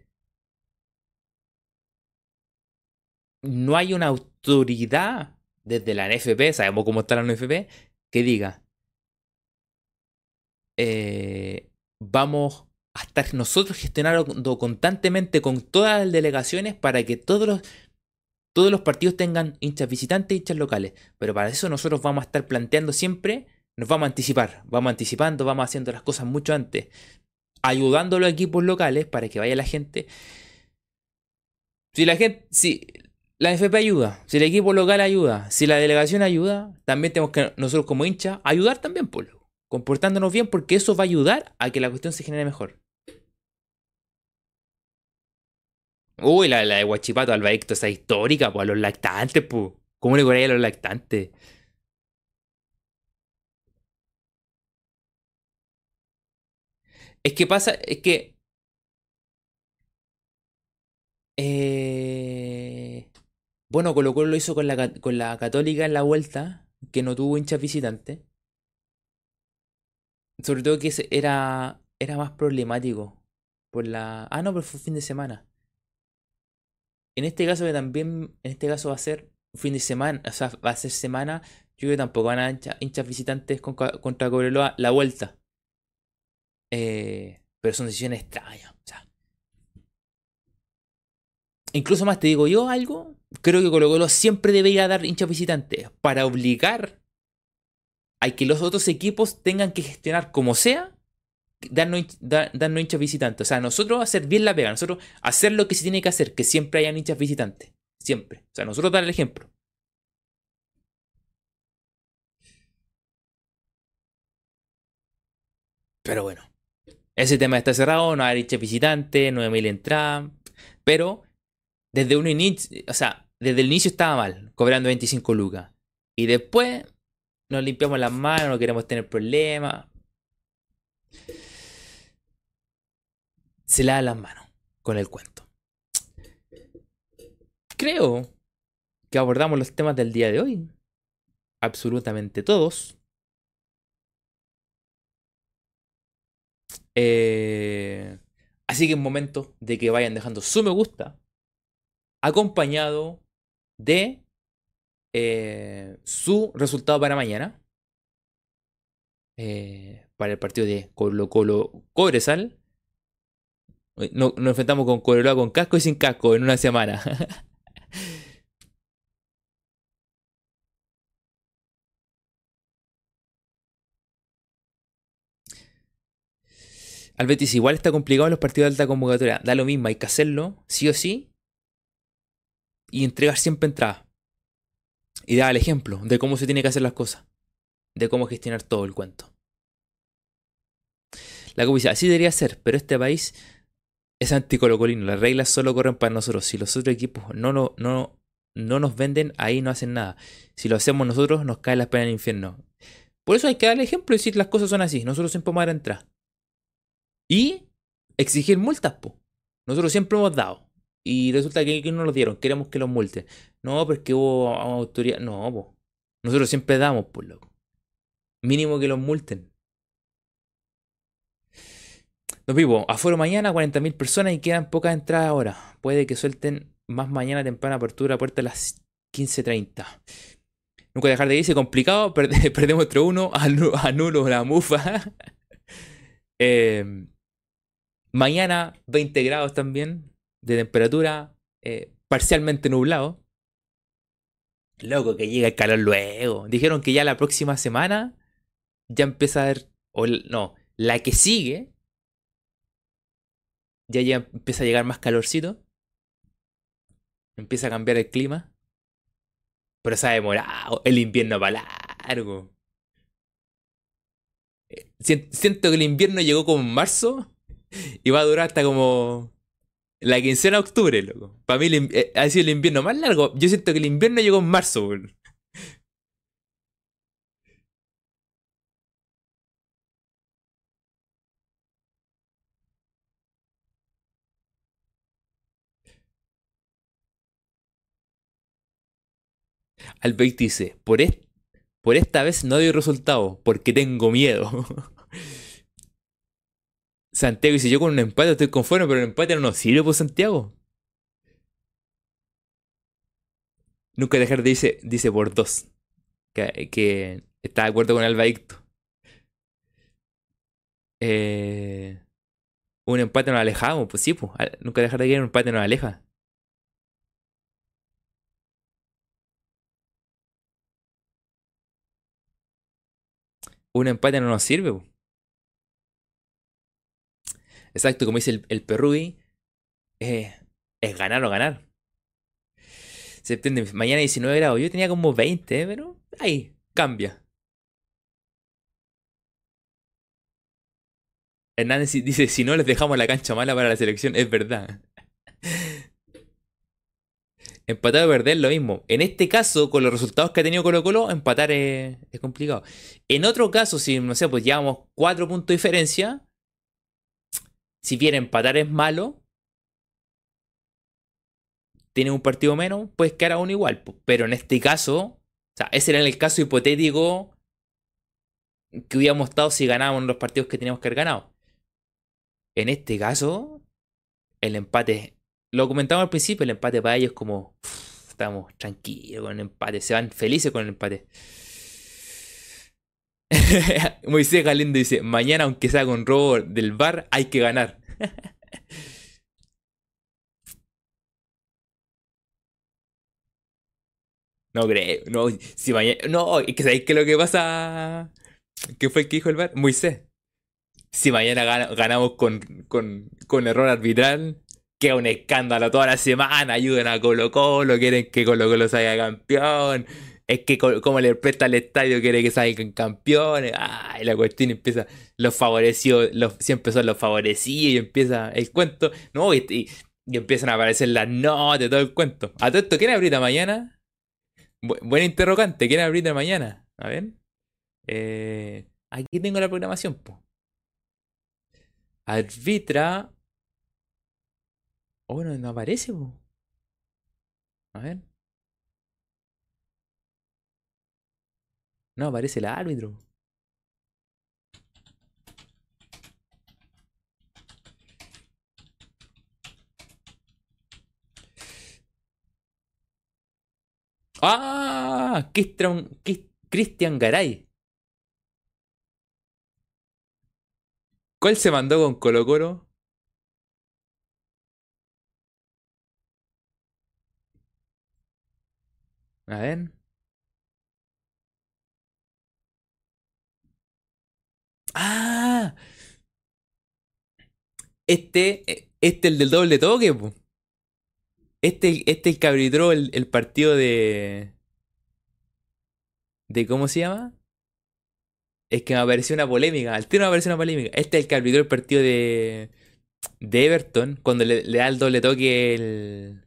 no hay una autoridad desde la N F P, sabemos cómo está la N F P, que diga, eh, vamos a estar nosotros gestionando constantemente con todas las delegaciones para que todos los, todos los partidos tengan hinchas visitantes e hinchas locales. Pero para eso nosotros vamos a estar planteando siempre, nos vamos a anticipar, vamos anticipando, vamos haciendo las cosas mucho antes, ayudando a los equipos locales para que vaya la gente. Si la gente, si La F P ayuda, si el equipo local ayuda, si la delegación ayuda, también tenemos que nosotros como hinchas ayudar también, pues, loco, comportándonos bien porque eso va a ayudar a que la cuestión se genere mejor. Uy, la, la de Guachipato Albaicto, esa histórica, pues, a los lactantes, pues. ¿Cómo le cobraría a los lactantes? Es que pasa, es que... eh, bueno, Colo Colo lo hizo con la, ca- con la Católica en la vuelta, que no tuvo hinchas visitantes. Sobre todo que ese era, era más problemático. Por la... Ah, no, pero fue fin de semana. En este caso que también, en este caso va a ser fin de semana, o sea, va a ser semana, yo creo que tampoco van a hincha- hinchas visitantes con ca- contra Cobreloa la vuelta. Eh, pero son decisiones extrañas. O sea, incluso más te digo yo algo, creo que Colo Colo siempre debería dar hinchas visitantes para obligar a que los otros equipos tengan que gestionar como sea, darnos, hinch- da- darnos hinchas visitantes. O sea, nosotros hacer bien la pega, nosotros hacer lo que se tiene que hacer, que siempre hayan hinchas visitantes. Siempre. O sea, nosotros dar el ejemplo. Pero bueno. Ese tema está cerrado, no hay hinchas visitantes, nueve mil entradas. Pero desde un inicio, o sea, desde el inicio estaba mal, cobrando veinticinco lucas. Y después nos limpiamos las manos, no queremos tener problemas. Se lavan las manos con el cuento. Creo que abordamos los temas del día de hoy. Absolutamente todos. Eh, Así que es momento de que vayan dejando su me gusta, acompañado de eh, su resultado para mañana. Eh, para el partido de Colo Colo Cobresal. No, nos enfrentamos con Cobreloa con casco y sin casco en una semana. Al Betis igual está complicado en los partidos de alta convocatoria. Da lo mismo, hay que hacerlo, sí o sí, y entregar siempre entradas. Y da el ejemplo de cómo se tiene que hacer las cosas, de cómo gestionar todo el cuento. La copa dice, así debería ser, pero este país es anticolocolino. Las reglas solo corren para nosotros. Si los otros equipos no, no, no, no nos venden, ahí no hacen nada. Si lo hacemos nosotros, nos cae la pena en el infierno. Por eso hay que dar el ejemplo y decir las cosas son así. Nosotros siempre vamos a dar entrada. Y exigir multas, po. Nosotros siempre hemos dado. Y resulta que, que no nos dieron. Queremos que los multen. No, porque hubo autoridad. No, po. Nosotros siempre damos, por loco. Mínimo que los multen. Nos vivo. Afuera mañana, cuarenta mil personas y quedan pocas entradas ahora. Puede que suelten más mañana temprana apertura puerta a las quince treinta. Nunca dejar de irse, complicado. Perde- perdemos otro uno. Anulo la mufa. eh, Mañana veinte grados también de temperatura, eh, parcialmente nublado. Loco, que llega el calor luego. Dijeron que ya la próxima semana ya empieza a haber, o no, la que sigue, ya, ya empieza a llegar más calorcito, empieza a cambiar el clima, pero se ha demorado, el invierno va largo. Si- Siento que el invierno llegó como en marzo y va a durar hasta como la quincena de octubre, loco. Para mí el in- eh, ha sido el invierno más largo. Yo siento que el invierno llegó en marzo, weón. Albert dice, por, est- por esta vez no doy resultado, porque tengo miedo. Santiago dice, yo con un empate estoy conforme, pero el empate no nos sirve, pues Santiago. Nunca dejar de dice, dice por dos. Que, que está de acuerdo con Alba Icto. Eh, un empate nos alejamos, pues sí, pues. Al- Nunca dejar de querer un empate nos aleja. Un empate no nos sirve, pues. Exacto, como dice el, el Perrubi, eh, es ganar o ganar. Septiembre, mañana diecinueve grados. Yo tenía como veinte, ¿eh? Pero ahí, cambia. Hernández dice, si no les dejamos la cancha mala para la selección, es verdad. Empatar o perder lo mismo. En este caso, con los resultados que ha tenido Colo Colo, empatar es, es complicado. En otro caso, si no sé, pues llevamos cuatro puntos de diferencia, si bien empatar es malo, tiene un partido menos, puedes quedar aún igual. Pues. Pero en este caso, o sea, ese era el caso hipotético que hubiéramos estado si ganábamos los partidos que teníamos que haber ganado. En este caso, el empate, lo comentamos al principio, el empate para ellos es como, uff, estamos tranquilos con el empate, se van felices con el empate. Moisés Galindo dice, mañana aunque sea con robo del bar, hay que ganar. No creo, no, si mañana, no, es que sabéis que lo que pasa, ¿qué fue el que dijo el bar? Moisés. Si mañana gana- ganamos con, con, con error arbitral, queda un escándalo toda la semana, ayudan a Colo Colo, quieren que Colo Colo salga campeón, es que co- como le presta el estadio quiere que salgan campeones, ay, la cuestión empieza, los favorecidos, los, siempre son los favorecidos y empieza el cuento, no, y, y- y empiezan a aparecer las notas, todo el cuento. A todo esto, ¿quién abrita mañana? Bu- buen interrogante, ¿quién abrita mañana? A ver, eh, aquí tengo la programación, po. Arbitra. Oh, no, no aparece, po. A ver. No aparece el árbitro. ¡Ah! Christian, Chris- Cristian Garay. ¿Cuál se mandó con Colo Colo? A ver. ¡Ah! Este, eh, este el del doble toque, po. Este, este el que arbitró el, el partido de. de ¿cómo se llama? Es que me apareció una polémica. Al tiro me apareció una polémica. Este es el que arbitró el partido de. de Everton. Cuando le, le da el doble toque el.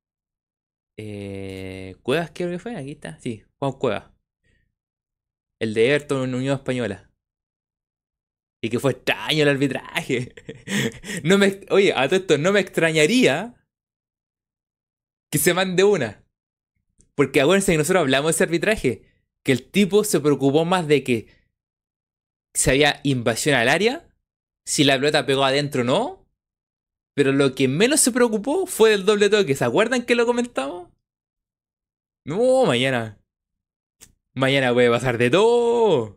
Eh, Cuevas creo que fue. Aquí está. Sí, Juan Cuevas. El de Everton en Unión Española. Y que fue extraño el arbitraje. No me, oye, a todo esto no me extrañaría que se mande una. Porque acuérdense que nosotros hablamos de ese arbitraje. Que el tipo se preocupó más de que si había invasión al área, si la pelota pegó adentro o no. Pero lo que menos se preocupó fue del doble toque. ¿Se acuerdan que lo comentamos? No, mañana. Mañana puede pasar de todo.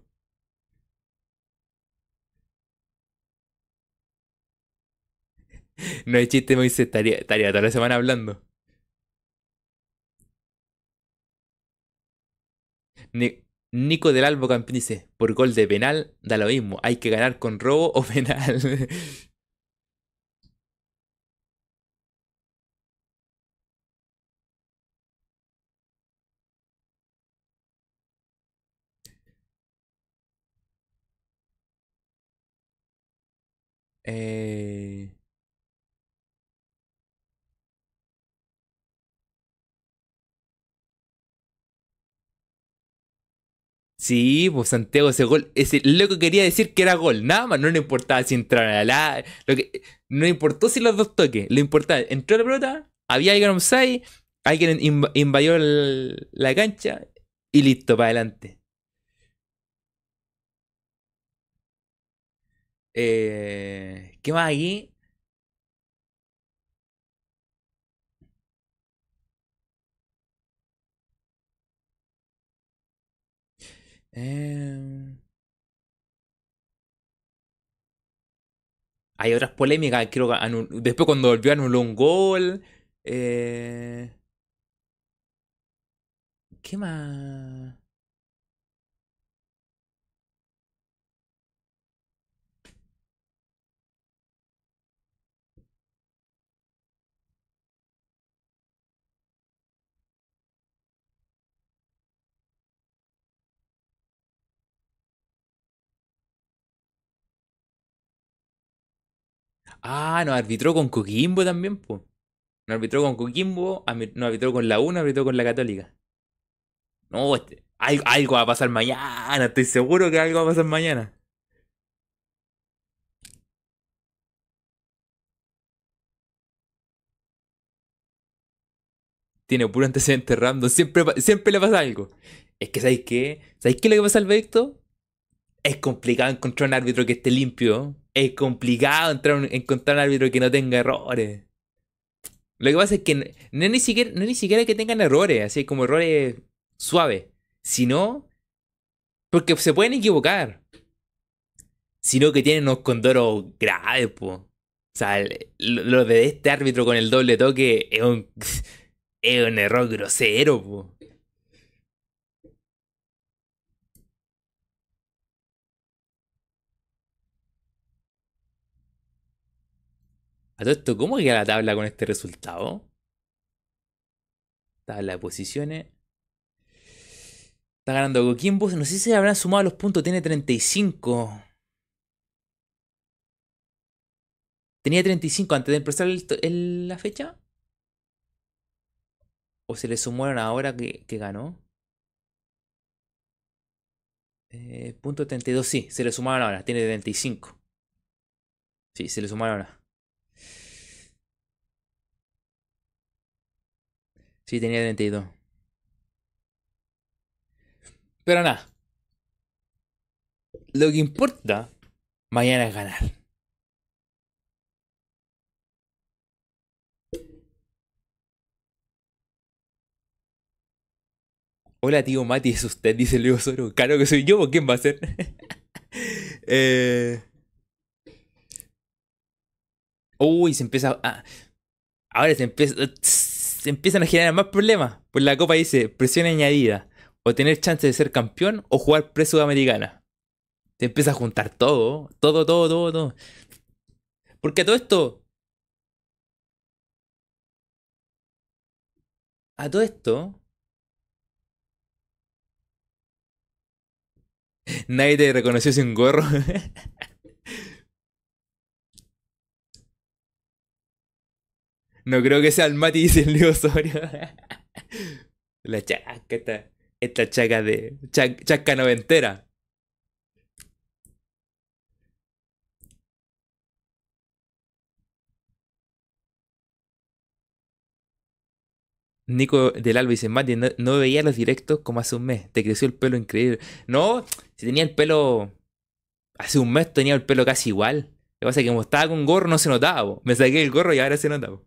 No hay chiste, me dice, estaría, estaría toda la semana hablando. Ni- Nico del Albo campeón dice, por gol de penal, da lo mismo, hay que ganar con robo o penal. Eh, sí, pues Santiago ese gol, ese loco quería decir que era gol, nada más, no le importaba si entraba a la, lo que, no le importó si los dos toques, le importaba, entró la pelota, había alguien offside, alguien inv- invadió el- la cancha y listo, para adelante. Eh, ¿qué más aquí? Eh, hay otras polémicas, creo que anul- después cuando volvió anuló un gol. Eh, ¿qué más? Ah, nos arbitró con Coquimbo también, pues. Nos arbitró con Coquimbo, ami- nos arbitró con la U, nos arbitró con la Católica. No, este- al- algo va a pasar mañana, estoy seguro que algo va a pasar mañana. Tiene puro antecedente random, siempre, pa- siempre le pasa algo. Es que, ¿sabéis qué? ¿Sabéis qué es lo que pasa al Vecto? Es complicado encontrar un árbitro que esté limpio. Es complicado entrar un- encontrar un árbitro que no tenga errores. Lo que pasa es que n- no es ni siquiera, no es ni siquiera que tengan errores, así como errores suaves, sino porque se pueden equivocar, sino que tienen unos condoros graves, po. O sea, el- lo, lo de este árbitro con el doble toque es un, es un error grosero, po. A todo esto, ¿cómo queda la tabla con este resultado? Tabla de posiciones. Está ganando Coquimbo. No sé si se habrán sumado los puntos. Tiene treinta y cinco. Tenía treinta y cinco antes de empezar el- el- la fecha. ¿O se le sumaron ahora que, que ganó? Eh, punto treinta y dos, sí. Se le sumaron ahora. Tiene treinta y cinco. Sí, se le sumaron ahora. Sí, tenía treinta y dos. Pero nada. Lo que importa mañana es ganar. Hola, tío Mati, ¿es usted? Dice Leo Soro. Claro que soy yo. ¿Quién va a ser? eh... Uy, se empieza. a- Ahora se empieza, se empiezan a generar más problemas. Pues la copa dice presión añadida. O tener chance de ser campeón o jugar pre-sudamericana. Se empieza a juntar todo. Todo, todo, todo, todo. Porque a todo esto. A todo esto. Nadie te reconoció sin gorro. No creo que sea el Mati, dice el Leo Osorio. La chaca, esta, esta chaca de. Chac- Chaca noventera. Nico del Alba dice, Mati, no, no veía los directos como hace un mes. Te creció el pelo increíble. No, si tenía el pelo. Hace un mes tenía el pelo casi igual. Lo que pasa es que como estaba con gorro no se notaba, po. Me saqué el gorro y ahora se nota, po.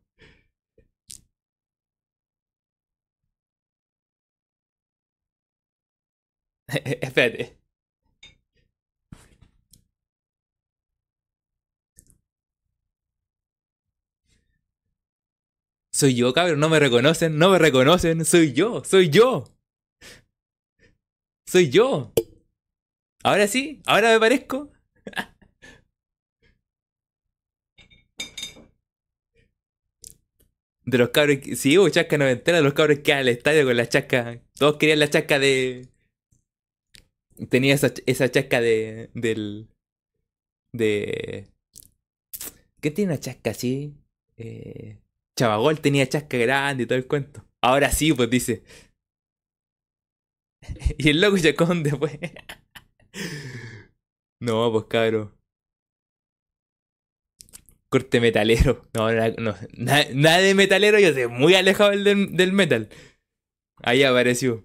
Espérate. Soy yo, cabrón. No me reconocen, no me reconocen. Soy yo, soy yo, soy yo. Ahora sí, ahora me parezco. De los cabros que. Sí, hubo chasca noventera de los cabros que iban al estadio con la chasca. Todos querían la chasca de. Tenía esa, esa chasca de. Del. De. ¿Qué tiene una chasca así? Eh, Chavagol tenía chasca grande y todo el cuento. Ahora sí, pues dice. Y el loco Chacón después. No, pues cabro. Corte metalero. No, na- no, na- nada de metalero, yo sé, muy alejado del, del, del metal. Ahí apareció.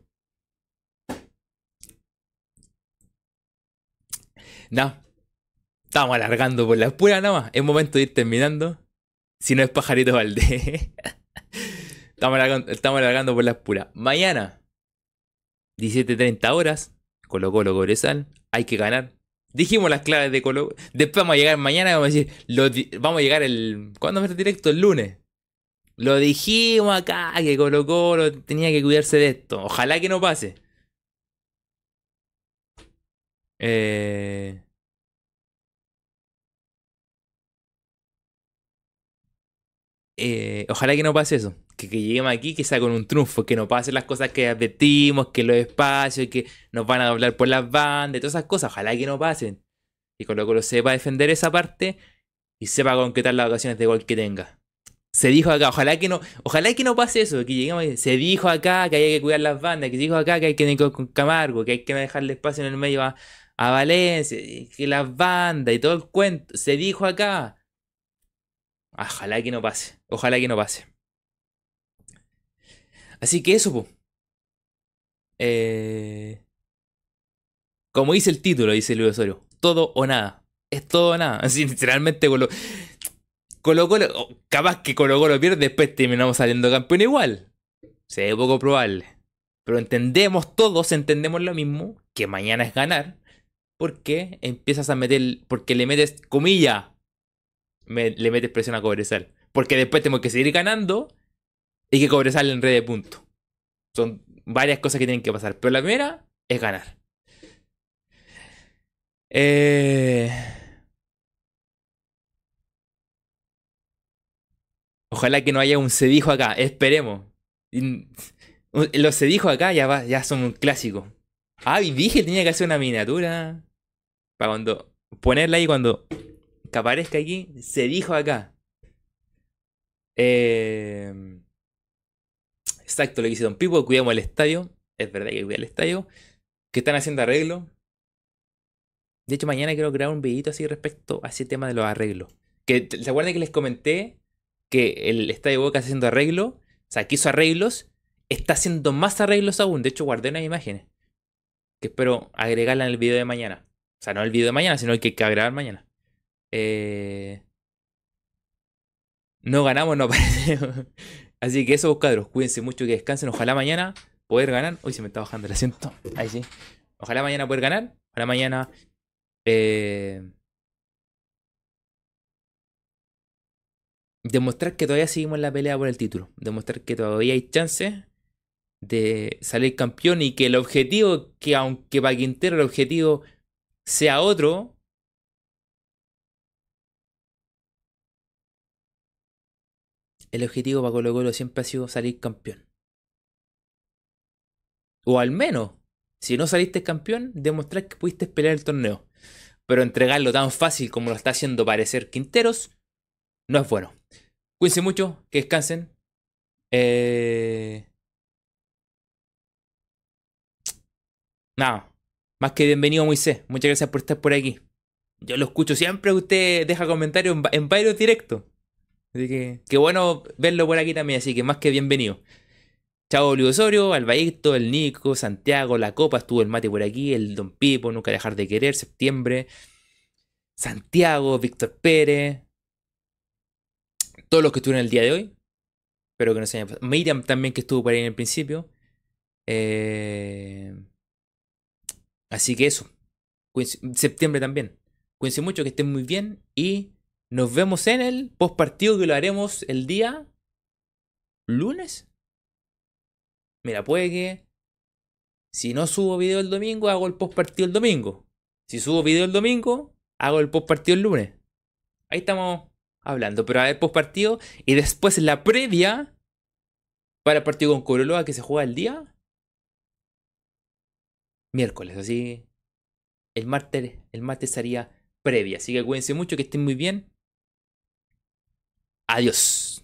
No, estamos alargando por la pura nada más. Es momento de ir terminando. Si no es pajarito Valdés. Estamos alargando, estamos alargando por las puras. Mañana, diecisiete treinta horas. Colo Colo Cobresal. Hay que ganar. Dijimos las claves de Colo. Después vamos a llegar mañana y vamos a decir. Lo di- vamos a llegar el. ¿Cuándo fue el directo? El lunes. Lo dijimos acá que Colo Colo tenía que cuidarse de esto. Ojalá que no pase. Eh, eh, Ojalá que no pase eso. Que, que lleguemos aquí, que sea con un triunfo. Que no pasen las cosas que advertimos, que los espacios, que nos van a doblar por las bandas, y todas esas cosas. Ojalá que no pasen. Y Colo Colo sepa defender esa parte. y sepa concretar las ocasiones de gol que tenga. Se dijo acá, ojalá que no, ojalá que no pase eso, que lleguemos y se dijo acá que hay que cuidar las bandas, que se dijo acá que hay que tener con Camargo, que hay que no dejarle espacio en el medio a, a Valencia, que las bandas y todo el cuento, se dijo acá. Ojalá que no pase, ojalá que no pase. Así que eso, pues. Eh, como dice el título, dice Luis Osorio, todo o nada. Es todo o nada. Así, literalmente, Colo Colo, Colo oh, capaz que Colo Colo pierde, después terminamos saliendo campeón igual. Se ve poco probable. Pero entendemos, todos entendemos lo mismo, que mañana es ganar, porque empiezas a meter, porque le metes, comilla, me, le metes presión a Cobresal. Porque después tenemos que seguir ganando y que Cobresal en red de puntos. Son varias cosas que tienen que pasar. Pero la primera es ganar. Eh... Ojalá que no haya un se dijo acá. Esperemos. Los se dijo acá ya, va, ya son un clásico. Ah, y dije que tenía que hacer una miniatura. Para cuando. Ponerla ahí cuando. Que aparezca aquí. Se dijo acá. Eh, exacto lo que dice Don Pipo. Cuidamos el estadio. Es verdad que cuida el estadio. Que están haciendo arreglos. De hecho, mañana quiero crear un videito así respecto a ese tema de los arreglos. Que, ¿se acuerdan que les comenté que el Estadio Boca está haciendo arreglos? O sea, que hizo arreglos. Está haciendo más arreglos aún. De hecho, guardé unas imágenes. Que espero agregarla en el video de mañana. O sea, no el video de mañana, sino el que hay que grabar mañana. Eh... No ganamos, no aparecemos. Así que eso, buscadores. Cuídense mucho, que descansen. Ojalá mañana poder ganar. Uy, se me está bajando el asiento. Ahí sí. Ojalá mañana poder ganar. Ojalá mañana... Eh... demostrar que todavía seguimos en la pelea por el título. Demostrar que todavía hay chances de salir campeón y que el objetivo, que aunque para Quintero el objetivo sea otro, el objetivo para Colo Colo siempre ha sido salir campeón. O al menos, si no saliste campeón, demostrar que pudiste pelear el torneo. Pero entregarlo tan fácil como lo está haciendo parecer Quinteros, no es bueno. Cuídense mucho, que descansen. Eh... Nada, más que bienvenido Moisés. Muchas gracias por estar por aquí. Yo lo escucho siempre, usted deja comentarios en, en varios directos. Así que, qué bueno verlo por aquí también, así que más que bienvenido. Chao Olivo Osorio, Albaicto, el Nico, Santiago, La Copa, estuvo el Mate por aquí, el Don Pipo, Nunca Dejar de Querer, Septiembre, Santiago, Víctor Pérez, todos los que estuvieron el día de hoy. Espero que no se hayan pasado. Miriam también, que estuvo por ahí en el principio. Eh... Así que eso. Cuídense- Septiembre también. Cuídense mucho, que estén muy bien y nos vemos en el post partido, que lo haremos el día lunes. Mira, puede que si no subo video el domingo, hago el post partido el domingo. Si subo video el domingo, hago el post partido el lunes. Ahí estamos hablando, pero a ver post partido y después la previa para el partido con Cobreloa, que se juega el día miércoles. Así el martes, el martes sería previa. Así que cuídense mucho, que estén muy bien. Adiós.